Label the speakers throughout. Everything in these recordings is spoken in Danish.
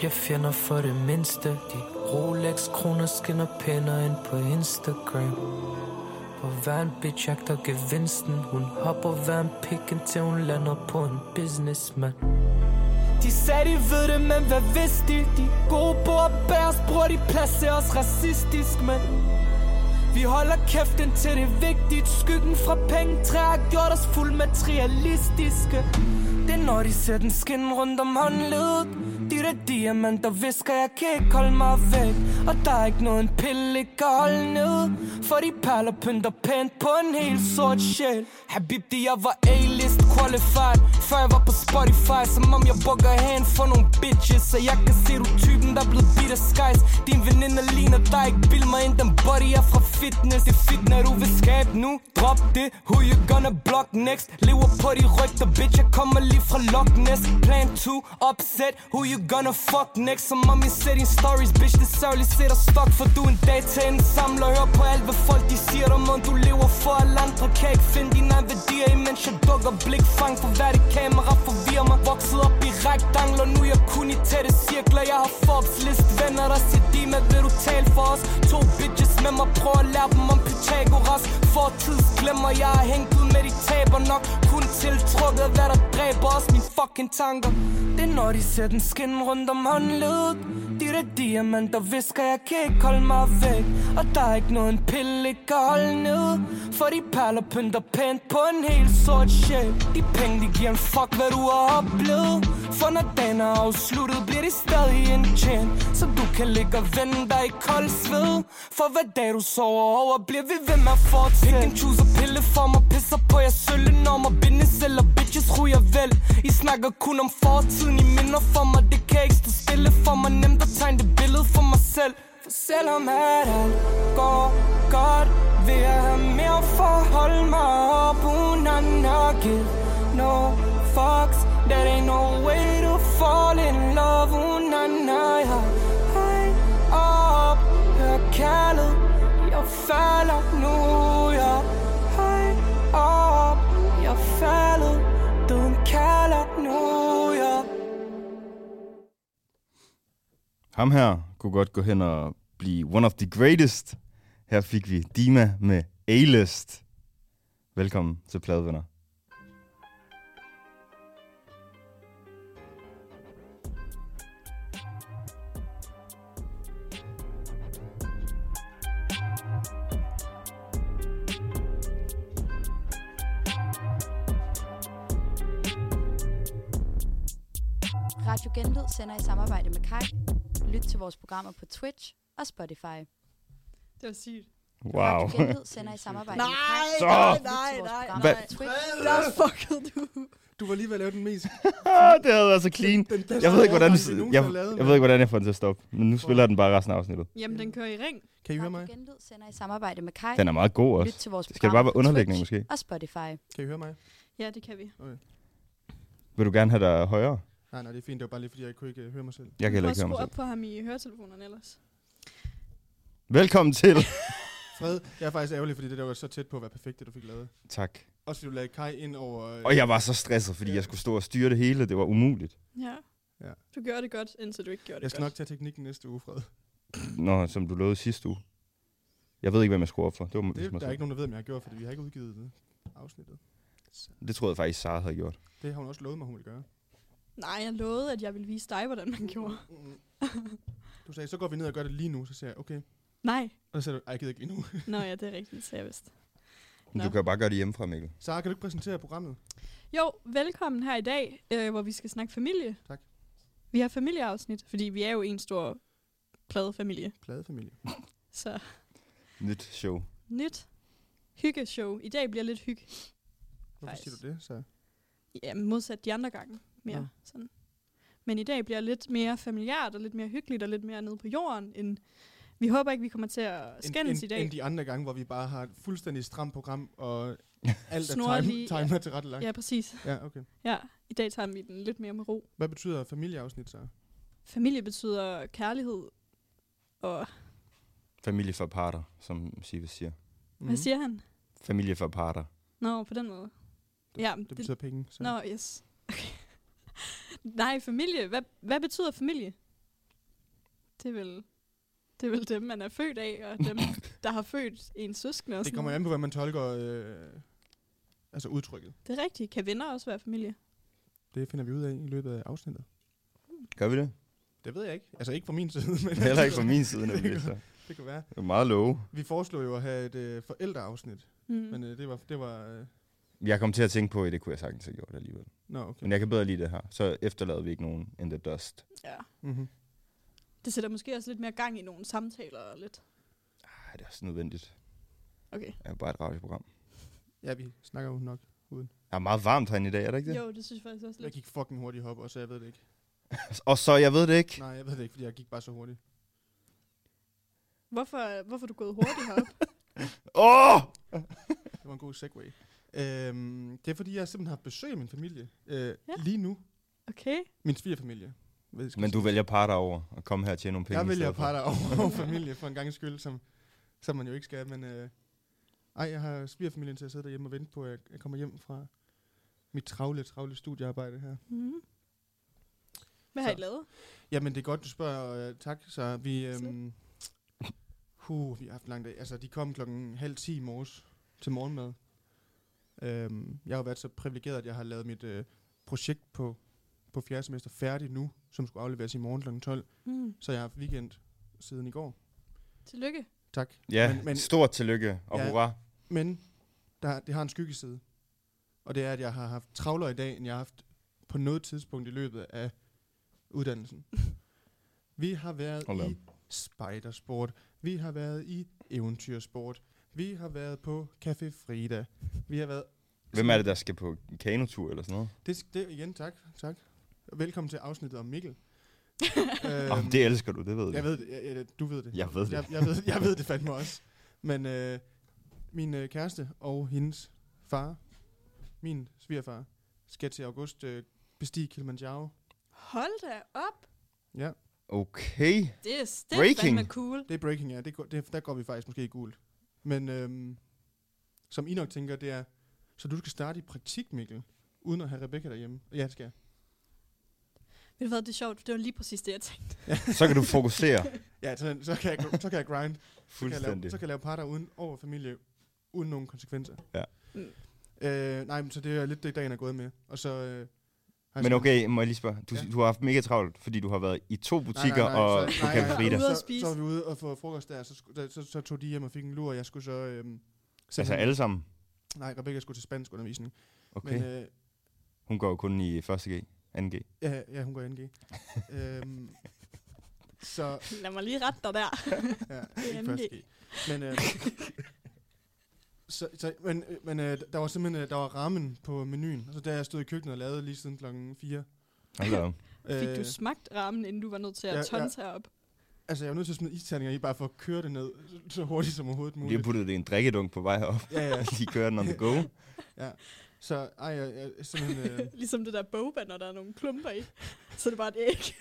Speaker 1: bliver fjender for det mindste. De Rolex-kroner skinner pænder ind på Instagram. Hvor hver en bitch jagter gevinsten. Hun hopper hver en pikken til hun lander på en businessman. De sagde de ved det, men hvad vidste de? De gode på at bære os, bruger de plads til os racistisk, men vi holder kæft indtil det er vigtigt. Skyggen fra pengetræer har gjort os fuld materialistiske. Det er når de ser den skinne rundt om håndledet. De der diamanter visker, jeg kan ikke holde mig væk. Og der er ikke noget en pille ikke kan holde ned. For de perler pynter pænt på en helt sort sjæl. Habibti, jeg var A-list qualified før jeg var på Spotify. Som om jeg bukker hen for nogle bitches. Så jeg kan se du typen der er blevet beat af skies. Din veninde ligner dig, ikke bild mig ind. Den body er fra fitness. Det er fit når du vil skabe nu. Drop det, who you gonna block next? Lever på de rygter, bitch, jeg kommer lige fra Loch Ness. Plan 2, upset, who you gonna fuck next? Som om jeg ser dine stories, bitch, det sørgeligt sætter stok. For du en dag til en samler. Hør på alt hvad folk de siger dig, men du lever for alle andre. Kan ikke finde dine egne værdier, imens jeg dukker blik. Fang for hver det kamera forvirrer mig. Vokset op i rektangler, nu er jeg kun i tætte cirkler. Jeg har Forbes list venner, der siger de med, vil du tale for os? 2 bitches med mig, prøv at lære dem om Pythagoras. Fortids glemmer, jeg har hængt ud med de taber nok. Kun tiltrukket, hvad der dræber os, mine fucking tanker. Det er når de ser den skinne rundt om håndledet. De der diamanter visker, jeg kan ikke holde mig væk. Og der er ikke noget en pille ikke kan holde ned. For de perler pynter pænt på en helt sort sjæl. De penge de giver en fuck hvad du har oplevet. For når dagen er afsluttet bliver de stadig indtjent. Så du kan ligge og vende dig i kold sved. For hver dag du sover over bliver vi ved med at fortsætte. Pick and choose og pille for mig. Pisser på jer sølle normer. Business eller bitches ryger vel. I snakker kun om fortiden. I minder for mig. Det kan ikke stå stille for mig. Nemt at tegne det billede for mig selv. For selvom at alt går godt, vil jeg have mere for at holde mig op. Uden at give no fucks. There ain't no way to fall in love. Uden at hej op. Hør kaldet, jeg falder nu. Jeg hej op. Jeg falder, døden kalder nu. Jeg
Speaker 2: Ham her kunne godt gå hen og blive one of the greatest. Her fik vi Dima med A-List. Velkommen til Pladevenner.
Speaker 3: Radio Genlyd sender i samarbejde med Kai. Lyt til vores programmer på Twitch og Spotify.
Speaker 4: Det var sygt.
Speaker 2: Wow.
Speaker 3: Radio Genlyd sender i samarbejde med Kai.
Speaker 4: Nej. Der fuckede du. Du var lige ved at lave den mest...
Speaker 2: Det havde været så clean. Jeg ved ikke, hvordan jeg får den til at stoppe. Men nu spiller den bare resten af afsnittet.
Speaker 4: Jamen, den kører i ring. Kan I høre mig?
Speaker 3: Radio Genlyd sender i samarbejde med Kai.
Speaker 2: Den er meget god også.
Speaker 3: Lyt til vores
Speaker 2: Skal det bare være underlægning
Speaker 3: Twitch
Speaker 2: måske?
Speaker 3: Og Spotify.
Speaker 4: Kan I høre mig? Ja, det kan vi. Okay.
Speaker 2: Vil du gerne have dig højere?
Speaker 4: Nej, det er fint. Det var bare lige, fordi jeg kunne ikke høre mig selv.
Speaker 2: Jeg kan heller ikke høre mig selv.
Speaker 4: Op på ham i høretelefonerne ellers.
Speaker 2: Velkommen til.
Speaker 4: Fred, jeg er faktisk ærgerlig, fordi det der var så tæt på at være perfekt, det du fik lavet.
Speaker 2: Tak.
Speaker 4: Også fordi du lagde Kai ind over...
Speaker 2: Og jeg var så stresset, fordi jeg skulle stå og styre det hele. Det var umuligt.
Speaker 4: Ja. Du gjorde det godt, indtil du ikke gjorde det godt. Jeg skal nok tage teknikken næste uge, Fred.
Speaker 2: Nå, som du lovede sidste uge. Jeg ved ikke, hvad jeg skulle op for.
Speaker 4: Der er ikke nogen, der ved, hvad jeg har gjort, fordi vi har ikke udgivet det afsnittet.
Speaker 2: Det troede jeg faktisk, Sara havde gjort.
Speaker 4: Det har hun også lovet mig, hun ville gøre. Nej, jeg lovede, at jeg ville vise dig, hvordan man gjorde. Du sagde, så går vi ned og gør det lige nu. Så sagde jeg, okay. Nej. Og så sagde du, jeg gider ikke lige nu. Nå ja, det er rigtigt, så jeg vidste.
Speaker 2: Du kan jo bare gøre det hjemmefra, Mikkel.
Speaker 4: Sara, kan du ikke præsentere programmet? Jo, velkommen her i dag, hvor vi skal snakke familie. Tak. Vi har familieafsnit, fordi vi er jo en stor pladefamilie. Pladefamilie. Så.
Speaker 2: Nyt show.
Speaker 4: Nyt hyggeshow. I dag bliver lidt hygge. Hvorfor siger du det, så? Ja, modsat de andre gange. Mere sådan. Men i dag bliver lidt mere familiært og lidt mere hyggeligt og lidt mere nede på jorden, end vi håber ikke, vi kommer til at skændes i dag. End de andre gange, hvor vi bare har et fuldstændig stramt program, og alt er timer til ret langt. Ja, præcis. Ja, okay. Ja, i dag tager vi den lidt mere med ro. Hvad betyder familieafsnit så? Familie betyder kærlighed og...
Speaker 2: Familie for parter, som Sive siger.
Speaker 4: Hvad siger han?
Speaker 2: Familie for parter.
Speaker 4: Nå, på den måde. Det betyder penge. Så. Nå, yes. Okay. Nej, familie. Hvad betyder familie? Det er vel dem, man er født af, og dem, der har født ens søskende. Og
Speaker 5: det kommer an på, hvad man tolker altså udtrykket.
Speaker 4: Det er rigtigt. Kan venner også være familie?
Speaker 5: Det finder vi ud af i løbet af afsnittet.
Speaker 2: Gør vi det?
Speaker 5: Det ved jeg ikke. Altså ikke fra min side. Men
Speaker 2: Heller ikke fra min side, nemlig.
Speaker 5: Det kan være.
Speaker 2: Det er meget love.
Speaker 5: Vi foreslog jo at have et forældreafsnit, men det var
Speaker 2: Jeg kom til at tænke på, at det kunne jeg sagtens have gjort alligevel.
Speaker 5: okay.
Speaker 2: Men jeg kan bedre lide det her. Så efterlader vi ikke nogen in the dust.
Speaker 4: Ja.
Speaker 5: Mm-hmm.
Speaker 4: Det sætter måske også lidt mere gang i nogle samtaler og lidt.
Speaker 2: Det er også nødvendigt.
Speaker 4: Okay.
Speaker 2: Det er bare et radioprogram.
Speaker 5: Ja, vi snakker jo nok uden.
Speaker 2: Det er meget varmt herinde i dag, er det ikke det?
Speaker 4: Jo, det synes jeg faktisk også
Speaker 5: Jeg
Speaker 4: lidt.
Speaker 5: gik fucking hurtigt op, og så jeg ved det ikke.
Speaker 2: Og så, jeg ved det ikke.
Speaker 5: Nej, jeg ved det ikke, fordi jeg gik bare så hurtigt.
Speaker 4: Hvorfor er du gået hurtigt herop?
Speaker 5: Det var en god segway. Det er fordi, jeg simpelthen har besøg af min familie lige nu.
Speaker 4: Okay.
Speaker 5: Min svigerfamilie.
Speaker 2: Men du vælger parter over og komme her og tjene nogle penge.
Speaker 5: Jeg vælger parter over familie for en gang skyld, som man jo ikke skal. Men jeg har svigerfamilien til at sidde derhjemme og vente på, at jeg kommer hjem fra mit travle studiearbejde her.
Speaker 4: Mm-hmm. Hvad har I lavet?
Speaker 5: Jamen, det er godt, du spørger. Tak. Så vi... vi har haft en lang dag. Altså, de kom 9:30 i morges til morgenmad. Jeg har været så privilegeret, at jeg har lavet mit projekt på 4. semester færdigt nu, som skulle afleveres i morgen kl. 12. Så jeg har haft weekend siden i går.
Speaker 4: Tillykke.
Speaker 5: Tak.
Speaker 2: Ja, men stort tillykke og hurra.
Speaker 5: Men det har en skyggeside. Og det er, at jeg har haft travlere i dag, end jeg har haft på noget tidspunkt i løbet af uddannelsen. Vi har været i spejdersport. Vi har været i eventyrsport. Vi har været på Café Frida. Vi har været...
Speaker 2: Hvem er det, der skal på kanotur eller sådan noget?
Speaker 5: Det igen, tak. Velkommen til afsnittet om Mikkel.
Speaker 2: Det elsker du, det ved du.
Speaker 5: Jeg ved det. Du ved det.
Speaker 2: Jeg ved det.
Speaker 5: Jeg ved det fandme også. Men min kæreste og hendes far, min svigerfar, skal til august bestige Kilimanjaro.
Speaker 4: Hold da op.
Speaker 5: Ja.
Speaker 2: Okay.
Speaker 4: Det er
Speaker 2: breaking.
Speaker 4: Fandme cool.
Speaker 5: Det er breaking, ja. Der går vi faktisk måske i gult. Men som I nok tænker, det er, så du skal starte i praktik, Mikkel, uden at have Rebecca derhjemme. Ja, det skal jeg.
Speaker 4: Ved du hvad, det er sjovt. Det var lige præcis det, jeg tænkte.
Speaker 2: Så kan du fokusere.
Speaker 5: Ja, så kan jeg grind.
Speaker 2: Fuldstændig.
Speaker 5: Så kan jeg lave parter uden over familie, uden nogen konsekvenser.
Speaker 2: Ja.
Speaker 5: Nej, men så det er lidt det, dagen er gået med. Og så...
Speaker 2: Men okay, må jeg lige spørge. Du har haft mega travlt, fordi du har været i 2 butikker og på Café Frida.
Speaker 5: Så var vi ude og få frokost der, så tog de hjem og fik en lur, og jeg skulle så...
Speaker 2: Altså alle sammen?
Speaker 5: Nej, Rebecca skulle til spansk undervisning.
Speaker 2: Okay. Men, hun går jo kun i 1. G, 2. G.
Speaker 5: Ja, hun går i 2. G. Så...
Speaker 4: Lad mig lige rette dig der.
Speaker 5: Ja, ikke 1. G. Men der var simpelthen der var ramen på menuen. Altså der jeg stod i køkkenet og lavede lige siden klokken 4.
Speaker 4: Fik du smagt ramen, inden du var nødt til at tonse herop?
Speaker 5: Altså jeg var nødt til at smide isterninger i, bare for at køre det ned så hurtigt som overhovedet muligt.
Speaker 2: Vi har puttet det i en drikkedunk på vej op.
Speaker 5: Ja.
Speaker 2: De kører den on the go.
Speaker 5: Ja. Så jeg simpelthen...
Speaker 4: Ligesom det der boba, når der er nogle klumper i. Så det er bare et æg.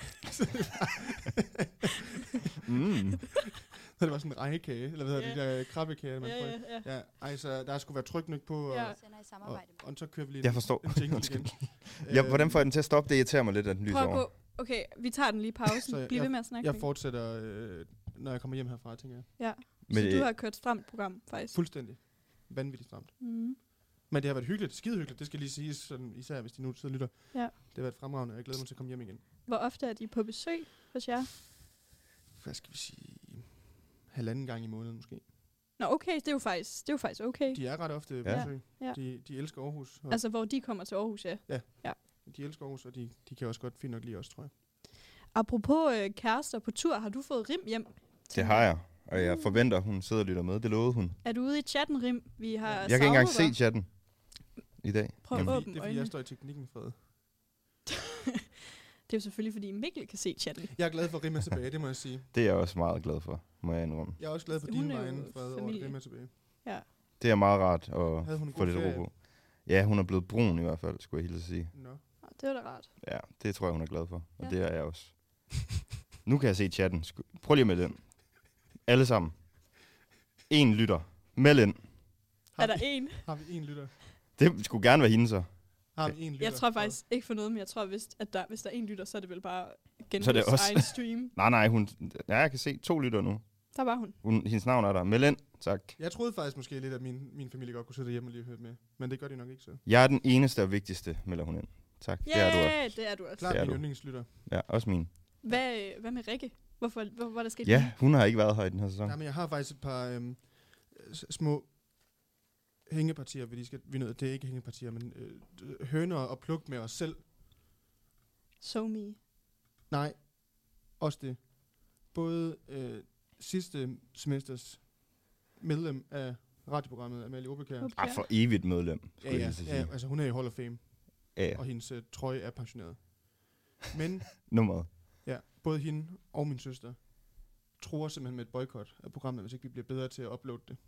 Speaker 5: Så det var sådan en rejekage, eller hvad hedder de der krabbekage, man prøver. Ja. Ej, så der skulle være tryk på, og så kører vi lige
Speaker 2: jeg forstår.
Speaker 5: en jingle igen.
Speaker 2: Ja, hvordan får jeg den til at stoppe? Det irriterer mig lidt, at den lyser over.
Speaker 4: Okay, vi tager den lige pausen. Bliv ved med at snakke.
Speaker 5: Jeg fortsætter, når jeg kommer hjem herfra, tænker jeg.
Speaker 4: Ja, så du har kørt stramt program, faktisk.
Speaker 5: Fuldstændig. Vanvittigt stramt. Mm. Men det har været hyggeligt, skide hyggeligt, det skal lige siges, sådan, især hvis de nu sidder og lytter. Ja. Det har været fremragende, og jeg glæder mig til at komme hjem igen.
Speaker 4: Hvor ofte er de på besøg hos jer?
Speaker 5: Hvad skal vi sige? 1,5 gang i måneden måske.
Speaker 4: Nå, okay, det er jo faktisk okay.
Speaker 5: De er ret ofte på besøg. Ja. De elsker Aarhus.
Speaker 4: Altså, hvor de kommer til Aarhus, ja.
Speaker 5: Ja. De elsker Aarhus, og de kan også godt fint nok lide os, tror jeg.
Speaker 4: Apropos kærester på tur, har du fået Rim hjem?
Speaker 2: Det har jeg, og jeg forventer, hun sidder og lytter med. Det lovede hun.
Speaker 4: Er du ude i chatten, Rim? Vi har
Speaker 2: jeg kan ikke engang se chatten i dag.
Speaker 4: Prøv at åbne
Speaker 5: øjnene. Det er fordi, jeg står i teknikken, Fred.
Speaker 4: Det er jo selvfølgelig, fordi Mikkel kan se chatten.
Speaker 5: Jeg er glad for, at Rim er tilbage, det må jeg sige.
Speaker 2: Det er jeg også meget glad for, må jeg indrømme.
Speaker 5: Jeg er også glad for dine vegne, Fred, over at Rim er tilbage.
Speaker 4: Ja.
Speaker 2: Det er meget rart at få lidt ro på. Ja, hun er blevet brun i hvert fald, skulle jeg hilse at sige.
Speaker 5: Nå.
Speaker 4: Det var da rart.
Speaker 2: Ja, det tror jeg, hun er glad for. Og det er jeg også. Nu kan jeg se chatten. Prøv lige med den. Alle sammen. 1 lytter. Meld ind.
Speaker 4: Er der 1?
Speaker 5: Har vi 1 lytter?
Speaker 2: Det skulle gerne være hende så.
Speaker 4: Jeg tror faktisk ikke for noget, men jeg tror, hvis der er en lytter, så er det vel bare Genvids egen stream.
Speaker 2: nej, jeg kan se 2 lytter nu.
Speaker 4: Der var hun.
Speaker 2: Hendes navn er der. Melen, tak.
Speaker 5: Jeg troede faktisk måske lidt, at min familie godt kunne sidde hjemme og lige høre med. Men det gør de nok ikke så.
Speaker 2: Jeg er den eneste og vigtigste, melder hun ind. Tak.
Speaker 4: Ja, det er du også.
Speaker 5: Klart min yndlingslytter.
Speaker 2: Ja, også min.
Speaker 4: Hvad med Rikke? Hvor er der sket?
Speaker 2: Ja, hun har ikke været her i den her sæson.
Speaker 5: Jamen, jeg har faktisk et par små hængepartier, det er ikke hængepartier, men høner og pluk med os selv.
Speaker 4: So me.
Speaker 5: Nej, også det. Både sidste semesters medlem af radioprogrammet, Amalie Obekær.
Speaker 2: For evigt medlem,
Speaker 5: ja, altså hun er i Hall of Fame, og hendes trøje er pensioneret. Men
Speaker 2: nummeret.
Speaker 5: Ja, både hende og min søster tror simpelthen med et boykot af programmet, hvis ikke vi bliver bedre til at uploade det.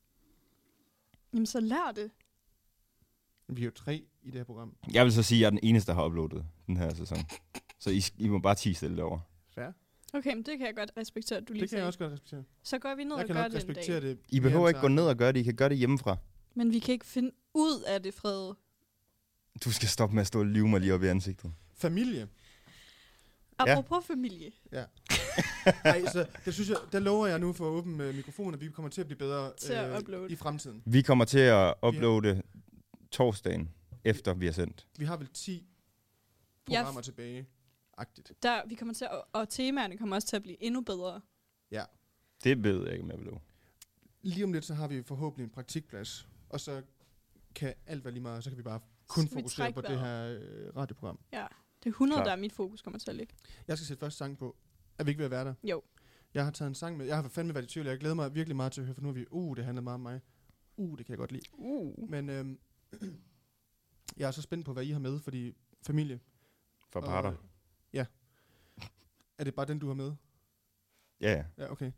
Speaker 4: Jamen så lær det.
Speaker 5: Vi er jo 3 i det her program.
Speaker 2: Jeg vil så sige, at jeg er den eneste, der har uploadet den her sæson. Så I må bare tie stille derovre.
Speaker 5: Fair.
Speaker 4: Okay, men det kan jeg godt respektere, at du lige
Speaker 5: Det kan jeg også godt respektere.
Speaker 4: Så går vi ned og gør det en dag.
Speaker 5: Det.
Speaker 2: I behøver ikke gå ned og gøre det, I kan gøre det hjemmefra.
Speaker 4: Men vi kan ikke finde ud af det, Frede.
Speaker 2: Du skal stoppe med at stå og lyve mig lige op i ansigtet.
Speaker 5: Familie.
Speaker 4: Apropos familie.
Speaker 5: Ja. Nej, så det synes jeg, der lover jeg nu for at åbne mikrofonen, at vi kommer til at blive bedre
Speaker 4: til at uploade
Speaker 5: i fremtiden.
Speaker 2: Vi kommer til at uploade torsdagen, efter vi har sendt.
Speaker 5: Vi har vel 10 programmer tilbage. Agtigt.
Speaker 4: Vi kommer til og temaerne kommer også til at blive endnu bedre.
Speaker 5: Ja.
Speaker 2: Det ved jeg ikke, om jeg vil love.
Speaker 5: Lige om lidt, så har vi forhåbentlig en praktikplads, og så kan alt være lige meget, så kan vi bare kun fokusere på det her radioprogram.
Speaker 4: Ja, det er 100, der er mit fokus kommer til at ligge.
Speaker 5: Jeg skal sætte første sang på. Er vi ikke ved at være der?
Speaker 4: Jo.
Speaker 5: Jeg har taget en sang med. Jeg har fandme været i tvivl. Jeg glæder mig virkelig meget til at høre, for nu er vi, det handler meget om mig. Det kan jeg godt lide. Men jeg er så spændt på, hvad I har med, fordi familie.
Speaker 2: For parter.
Speaker 5: Ja. Er det bare den, du har med?
Speaker 2: Ja.
Speaker 5: Ja, okay.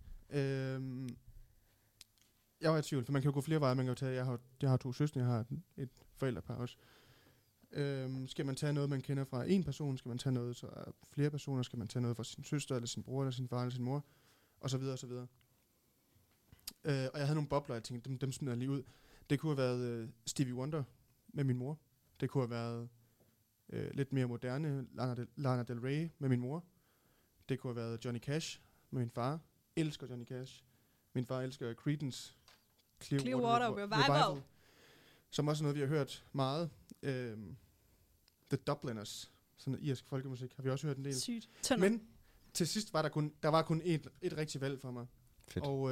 Speaker 5: Jeg var i tvivl, for man kan jo gå flere veje. Man kan jo tage, jeg har 2 søstre, jeg har et forældrepar også. Skal man tage noget, man kender fra en person? Skal man tage noget fra flere personer? Skal man tage noget fra sin søster, eller sin bror, eller sin far, eller sin mor? Og så videre, og så videre. Og jeg havde nogle bobler, jeg tænkte, dem smider jeg lige ud. Det kunne have været Stevie Wonder med min mor. Det kunne have været lidt mere moderne Lana Del Rey med min mor. Det kunne have været Johnny Cash med min far. Elsker Johnny Cash. Min far elsker Creedence
Speaker 4: Clearwater Revival.
Speaker 5: Som også er noget, vi har hørt meget. The Dubliners, sådan noget irsk folkemusik, har vi også hørt en del.
Speaker 4: Sygt.
Speaker 5: Men til sidst var der var kun et rigtigt valg for mig.
Speaker 2: Fedt.
Speaker 5: Og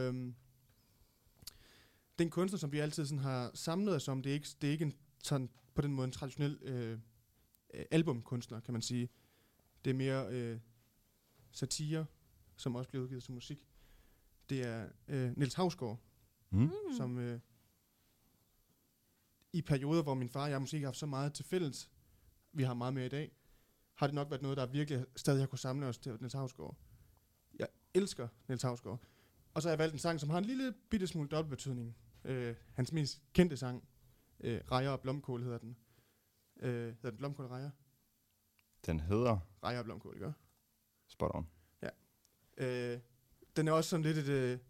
Speaker 5: den kunstner, som vi altid sådan har samlet os om, det er ikke en, sådan, på den måde en traditionel albumkunstner, kan man sige. Det er mere satire, som også bliver udgivet som musik. Det er Niels Hausgaard, som i perioder, hvor min far og jeg måske ikke har haft så meget til fælles, vi har meget mere i dag, har det nok været noget, der virkelig stadig har kunne samle os til Niels Hausgaard. Jeg elsker Niels Hausgaard. Og så har jeg valgt en sang, som har en lille bitte smule dobbeltbetydning. Hans mest kendte sang, Rejer og Blomkål hedder den. Hedder den Blomkål og Rejer?
Speaker 2: Den hedder?
Speaker 5: Rejer og Blomkål, ikke?
Speaker 2: Spot on.
Speaker 5: Ja. Den er også sådan lidt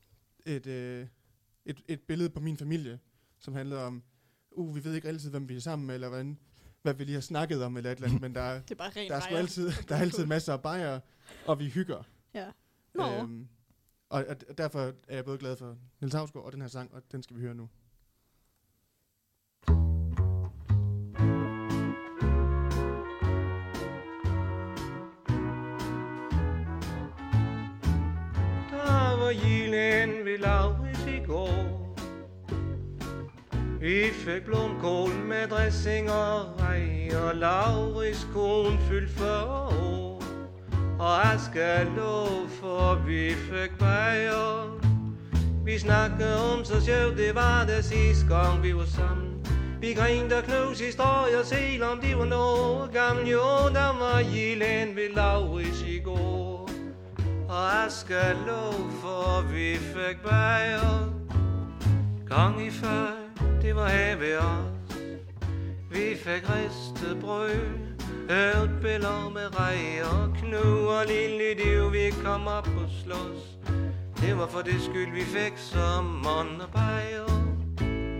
Speaker 5: et billede på min familie, som handler om, vi ved ikke altid, hvem vi er sammen med, eller hvad vi lige har snakket om, eller et eller andet, men der er altid masser af bajere, og vi hygger.
Speaker 4: Ja.
Speaker 5: Og derfor er jeg både glad for Niels Hausgaard og den her sang, og den skal vi høre nu.
Speaker 6: Der var Jylland ved Laurits i går. Vi fik blomkål med dressing og rej, og Laurits kone fyldte 40 år. Og jeg skal love for, vi fik bajer. Vi snakkede om så sjovt, det var det sidste gang vi var sammen. Vi grinte og knus historier, selvom de var noget gamle. Jo, der var Jylland ved Laurits i går. Og jeg skal love for, vi fik bajer. Gang i før, det var her ved os. Vi fik ristet brød, hørt billeder med rej og knu, og lille div, vi kom op og slås. Det var for det skyld, vi fik som ånd og bajer. Vi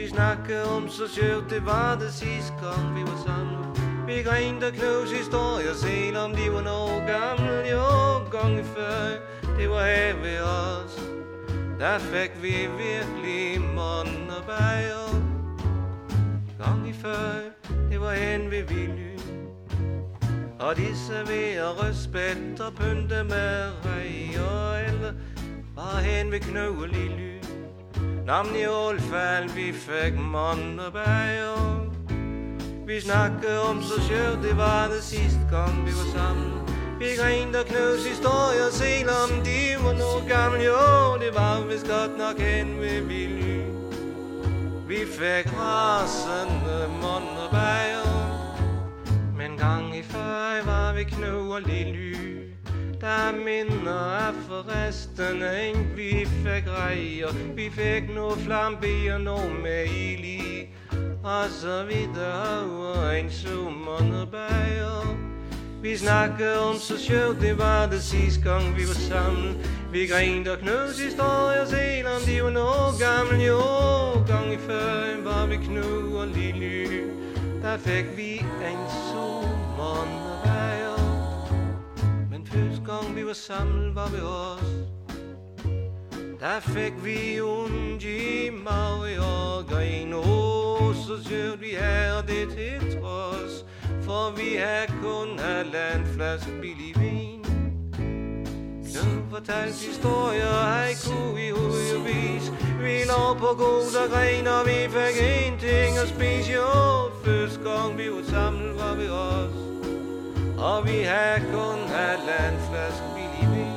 Speaker 6: Vi snakkede om så sjovt, det var det sidste gang vi var sammen. Vi grinte og knus historier, selvom de var noget gamle. Jo, gange før, det var her ved os. Der fik vi virkelig mund og bajer. Gange før, det var hen ved Villy. Og de serverer rødspæt og pynte med rejer. Eller bare hen ved Knud og Lille. Namn i ålfald, vi fik mund og bajer. Vi snakkede om så sjovt, det var det sidste gang vi var sammen. Vi grinte og knus historier, selvom de var noget gamle. Jo, det var vist godt nok hen ved Villy. Vi fik rasende mund og bajer. Men gang i før var vi Knud og Lille. Der minder af forresten, en vi fik rejer. Vi fik noget flambe og noget med ild i. Og så videre over en summer og bager. Vi snakkede om så sjovt, det var det sidste gang vi var sammen. Vi grinte og knus historier, selvom de var noget gamle. Jo, gang i før var vi Knud og Lille. Der fik vi en summer og bager. Men første gang vi var sammen var vi os. Der fik vi ondt i mave og grin. Så sjovt vi havde det til trods. For vi havde kun halvandet flaske billig vin. Nu fortalte historier, haiku i hovedvis. Vi lå på god og gren, og vi fik ingenting at spise. Jo, første gang vi var sammen var vi os. Og vi havde kun halvandet flaske billig vin.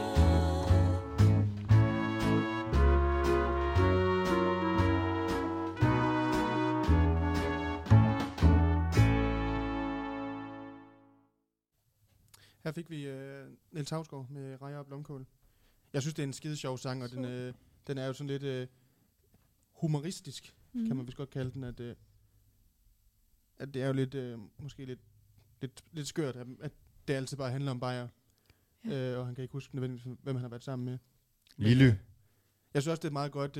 Speaker 5: Her fik vi Niels Hausgaard med Rejer og Blomkål. Jeg synes, det er en skide sjov sang, og den er jo sådan lidt humoristisk, kan man vist godt kalde den. At det er jo lidt, måske lidt skørt, at det altid bare handler om bajer. Ja. Og han kan ikke huske nødvendigvis, hvem han har været sammen med.
Speaker 2: Lille.
Speaker 5: Jeg synes også, det er meget godt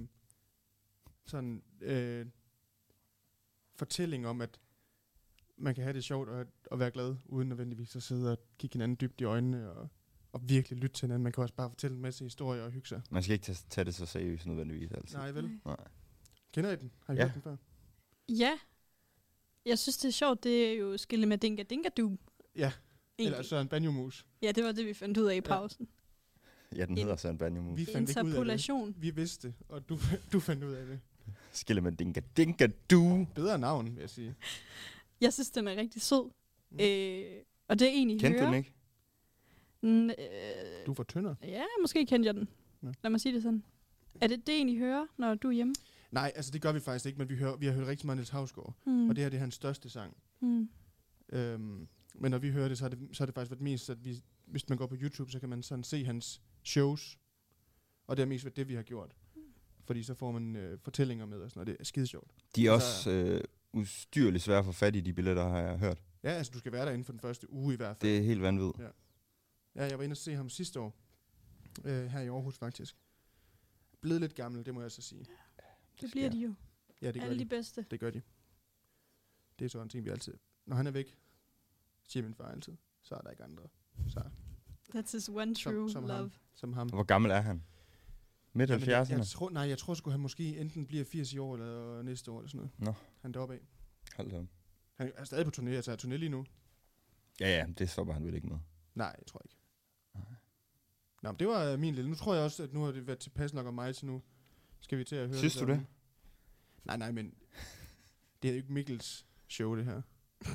Speaker 5: fortælling om, at man kan have det sjovt og være glad, uden nødvendigvis at sidde og kigge hinanden dybt i øjnene og virkelig lytte til hinanden. Man kan også bare fortælle en masse historier og hygge sig.
Speaker 2: Man skal ikke tage det så seriøst nødvendigvis altid.
Speaker 5: Nej, vel?
Speaker 2: Nej.
Speaker 5: Kender I den? Har I hørt den før?
Speaker 4: Ja. Jeg synes, det er sjovt. Det er jo Skille med Dinga Dinga Du.
Speaker 5: Ja. Eller Søren Banjomus.
Speaker 4: Ja, det var det, vi fandt ud af i pausen.
Speaker 2: Ja, den hedder Søren Banjomus.
Speaker 5: Vi fandt ikke ud af det. Vi vidste, og du fandt ud af det.
Speaker 2: Skille med Dinga Dinga Du.
Speaker 5: Bedre navn, vil jeg sige.
Speaker 4: Jeg synes, den er rigtig sød. Og det er egentlig
Speaker 2: kendte du den ikke?
Speaker 5: Du var tynder.
Speaker 4: Ja, måske kendte jeg den. Ja. Lad mig sige det sådan. Er det egentlig hører, når du er hjemme?
Speaker 5: Nej, altså det gør vi faktisk ikke, men vi har hørt rigtig meget Niels Hausgaard. Og det her, det er hans største sang. Men når vi hører det, så har det faktisk været mest, at hvis man går på YouTube, så kan man sådan se hans shows. Og det har mest været det, vi har gjort. Fordi så får man fortællinger med og sådan noget. Det er skide sjovt.
Speaker 2: De er også ustyrligt svære at få fat i de billetter, har jeg hørt.
Speaker 5: Ja, altså du skal være der inden for den første uge i hvert fald.
Speaker 2: Det er helt vanvittigt.
Speaker 5: Ja, jeg var inde og se ham sidste år. Her i Aarhus faktisk. Blevet lidt gammel, det må jeg så sige.
Speaker 4: Det bliver de jo.
Speaker 5: Ja, det gør
Speaker 4: alle de bedste.
Speaker 5: Det gør de. Det er sådan en ting, vi altid... Når han er væk, siger min far altid, så er der ikke andre. Så
Speaker 4: That's his one true love.
Speaker 5: Som ham.
Speaker 2: Hvor gammel er han? Midt 70'erne?
Speaker 5: Jeg tror sgu, han måske enten bliver 80 i år, eller næste år, eller sådan noget.
Speaker 2: Nå.
Speaker 5: Han er deroppe af.
Speaker 2: Hold da.
Speaker 5: Han er stadig på turné, altså er turné lige nu.
Speaker 2: Ja, det stopper han vel ikke med.
Speaker 5: Nej, jeg tror ikke. Nej. Nå, men det var min lille. Nu tror jeg også, at nu har det været tilpas nok om mig, så nu skal vi til at høre.
Speaker 2: Synes du det?
Speaker 5: Nej, men det er jo ikke Mikkels show, det her.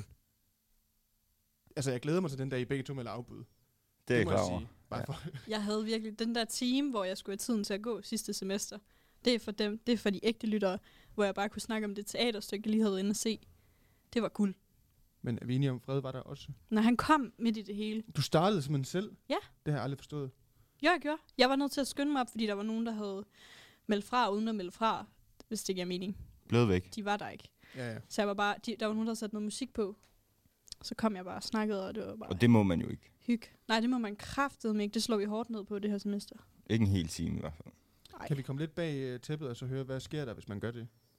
Speaker 5: Altså, jeg glæder mig til den dag, I begge to med afbud.
Speaker 2: Det er jeg klar over.
Speaker 4: Jeg havde virkelig den der time, hvor jeg skulle have tiden til at gå sidste semester. Det er for dem, det er for de ægte lyttere, hvor jeg bare kunne snakke om det teaterstykke, jeg lige havde inde at se. Det var guld.
Speaker 5: Men er vi enige om, Fred var der også?
Speaker 4: Når han kom midt i det hele.
Speaker 5: Du startede simpelthen selv?
Speaker 4: Ja.
Speaker 5: Det har jeg aldrig forstået.
Speaker 4: Jo, jeg gjorde. Jeg var nødt til at skynde mig op, fordi der var nogen, der havde meldt fra, uden at melde fra, hvis det giver mening.
Speaker 2: Blevet væk.
Speaker 4: De var der ikke.
Speaker 5: Ja.
Speaker 4: Så jeg var bare, der var nogen, der satte noget musik på. Så kom jeg bare og snakkede, og det var bare...
Speaker 2: Og det må man jo ikke.
Speaker 4: Nej, det må man kraftedeme ikke. Det slår vi hårdt ned på det her semester.
Speaker 2: Ikke en hel time i hvert fald.
Speaker 5: Ej. Kan vi komme lidt bag tæppet og så høre, hvad sker der, hvis man gør det?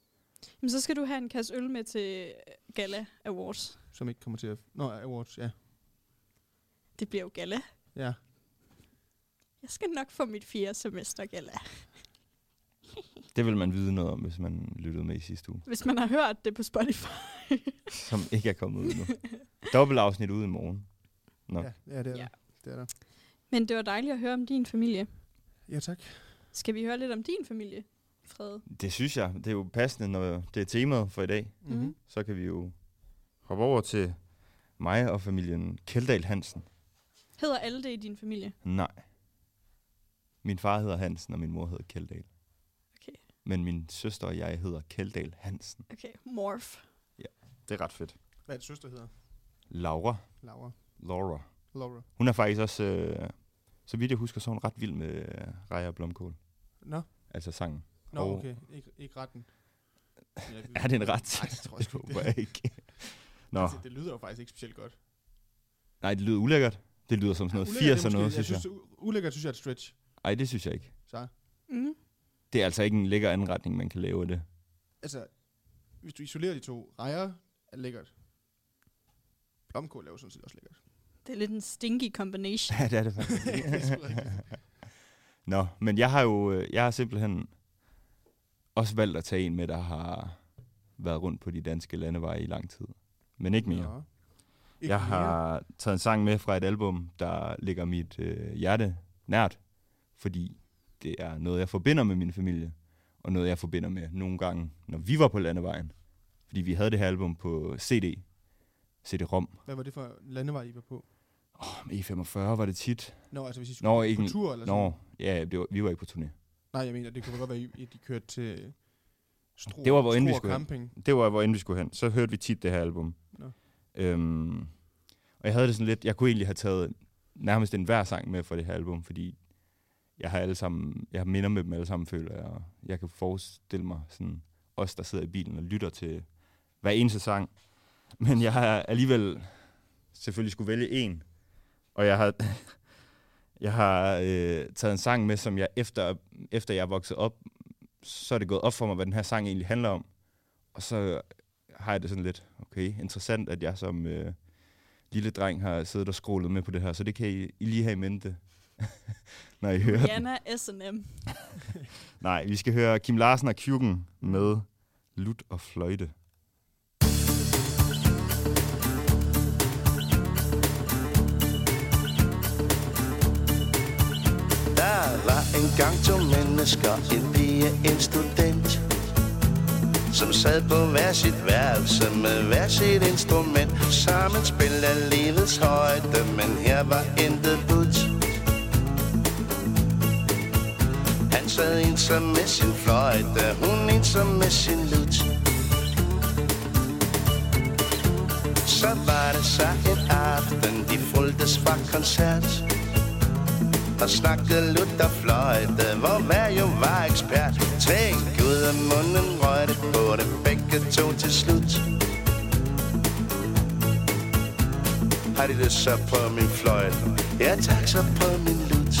Speaker 4: Jamen, så skal du have en kasse øl med til Gala Awards.
Speaker 5: Som ikke kommer til at... Nå, Awards, ja.
Speaker 4: Det bliver jo Gala.
Speaker 5: Ja.
Speaker 4: Jeg skal nok få mit 4. semester Gala.
Speaker 2: Det vil man vide noget om, hvis man lyttede med i sidste uge.
Speaker 4: Hvis man har hørt det på Spotify.
Speaker 2: Som ikke er kommet ud nu. Dobbeltafsnit ude i morgen.
Speaker 5: Ja, det er det. Det er der.
Speaker 4: Men det var dejligt at høre om din familie.
Speaker 5: Ja, tak.
Speaker 4: Skal vi høre lidt om din familie, Frede?
Speaker 2: Det synes jeg. Det er jo passende, når det er temaet for i dag.
Speaker 5: Mm-hmm.
Speaker 2: Så kan vi jo hoppe over til mig og familien Kjeldahl Hansen.
Speaker 4: Hedder alle det i din familie?
Speaker 2: Nej. Min far hedder Hansen, og min mor hedder Kjeldahl.
Speaker 4: Okay.
Speaker 2: Men min søster og jeg hedder Kjeldahl Hansen.
Speaker 4: Okay, morph.
Speaker 2: Ja, det er ret fedt.
Speaker 5: Hvad er det søster hedder?
Speaker 2: Laura.
Speaker 5: Laura.
Speaker 2: Hun er faktisk også, så vidt jeg husker, så er hun ret vild med Rejer Blomkål.
Speaker 5: Nå.
Speaker 2: Altså sangen.
Speaker 5: Nå, okay. Ikke retten.
Speaker 2: Er det en ret?
Speaker 5: Nej, det tror jeg
Speaker 2: håber jeg ikke. Nå.
Speaker 5: Altså, det lyder jo faktisk ikke specielt godt.
Speaker 2: Nej, det lyder ulækkert. Det lyder som sådan noget 80'er noget, synes jeg.
Speaker 5: Ulækkert synes jeg er et stretch.
Speaker 2: Nej, det synes jeg ikke.
Speaker 5: Så?
Speaker 4: Mm.
Speaker 2: Det er altså ikke en lækker anretning, man kan lave af det.
Speaker 5: Altså, hvis du isolerer de to, Rejer er lækkert. Blomkål er jo sådan set også lækkert.
Speaker 4: Det er lidt en stinky combination.
Speaker 2: Ja, det er det faktisk. Nå, men jeg har simpelthen også valgt at tage en med, der har været rundt på de danske landeveje i lang tid. Men ikke mere. Jeg har taget en sang med fra et album, der ligger mit hjerte nært, fordi det er noget, jeg forbinder med min familie, og noget, jeg forbinder med nogle gange, når vi var på landevejen. Fordi vi havde det her album på CD-ROM.
Speaker 5: Hvad var det for landevej, I var på?
Speaker 2: Med E45 var det tit.
Speaker 5: Nå, altså hvis I skulle på tur eller sådan?
Speaker 2: Ja, vi var ikke på turné.
Speaker 5: Nej, jeg mener, det kunne godt være, at de kørte til
Speaker 2: det var, hvor inden vi skulle hen. Så hørte vi tit det her album.
Speaker 5: Nå.
Speaker 2: Og jeg havde det sådan lidt, jeg kunne egentlig have taget nærmest en hver sang med fra det her album, fordi jeg har minder med dem alle sammen, føler jeg, og jeg kan forestille mig sådan os, der sidder i bilen og lytter til hver eneste sang. Men jeg har alligevel selvfølgelig skulle vælge en, og jeg har taget en sang med, som jeg efter jeg voksede op, så er det gået op for mig, hvad den her sang egentlig handler om. Og så har jeg det sådan lidt, okay, interessant, at jeg som lille dreng har siddet og scrollet med på det her, så det kan I lige have i mente, når I hører
Speaker 4: Jana S&M.
Speaker 2: Nej, vi skal høre Kim Larsen og Kjuken med Lut og Fløjte.
Speaker 7: Der var engang to mennesker, en pige, en student, som sad på hver sit værelse med hver sit instrument. Sammen spillede livets højde, men her var intet budt. Han sad ensom med sin fløjte, hun ensom med sin lut. Så var det så en aften, de fulgtes fra koncert og snakkede lut og fløjte, hvor hver jo var ekspert. Tænk ud af munden, rørte på det begge to til slut. Har de det så på min fløjte? Ja tak, så på min lut.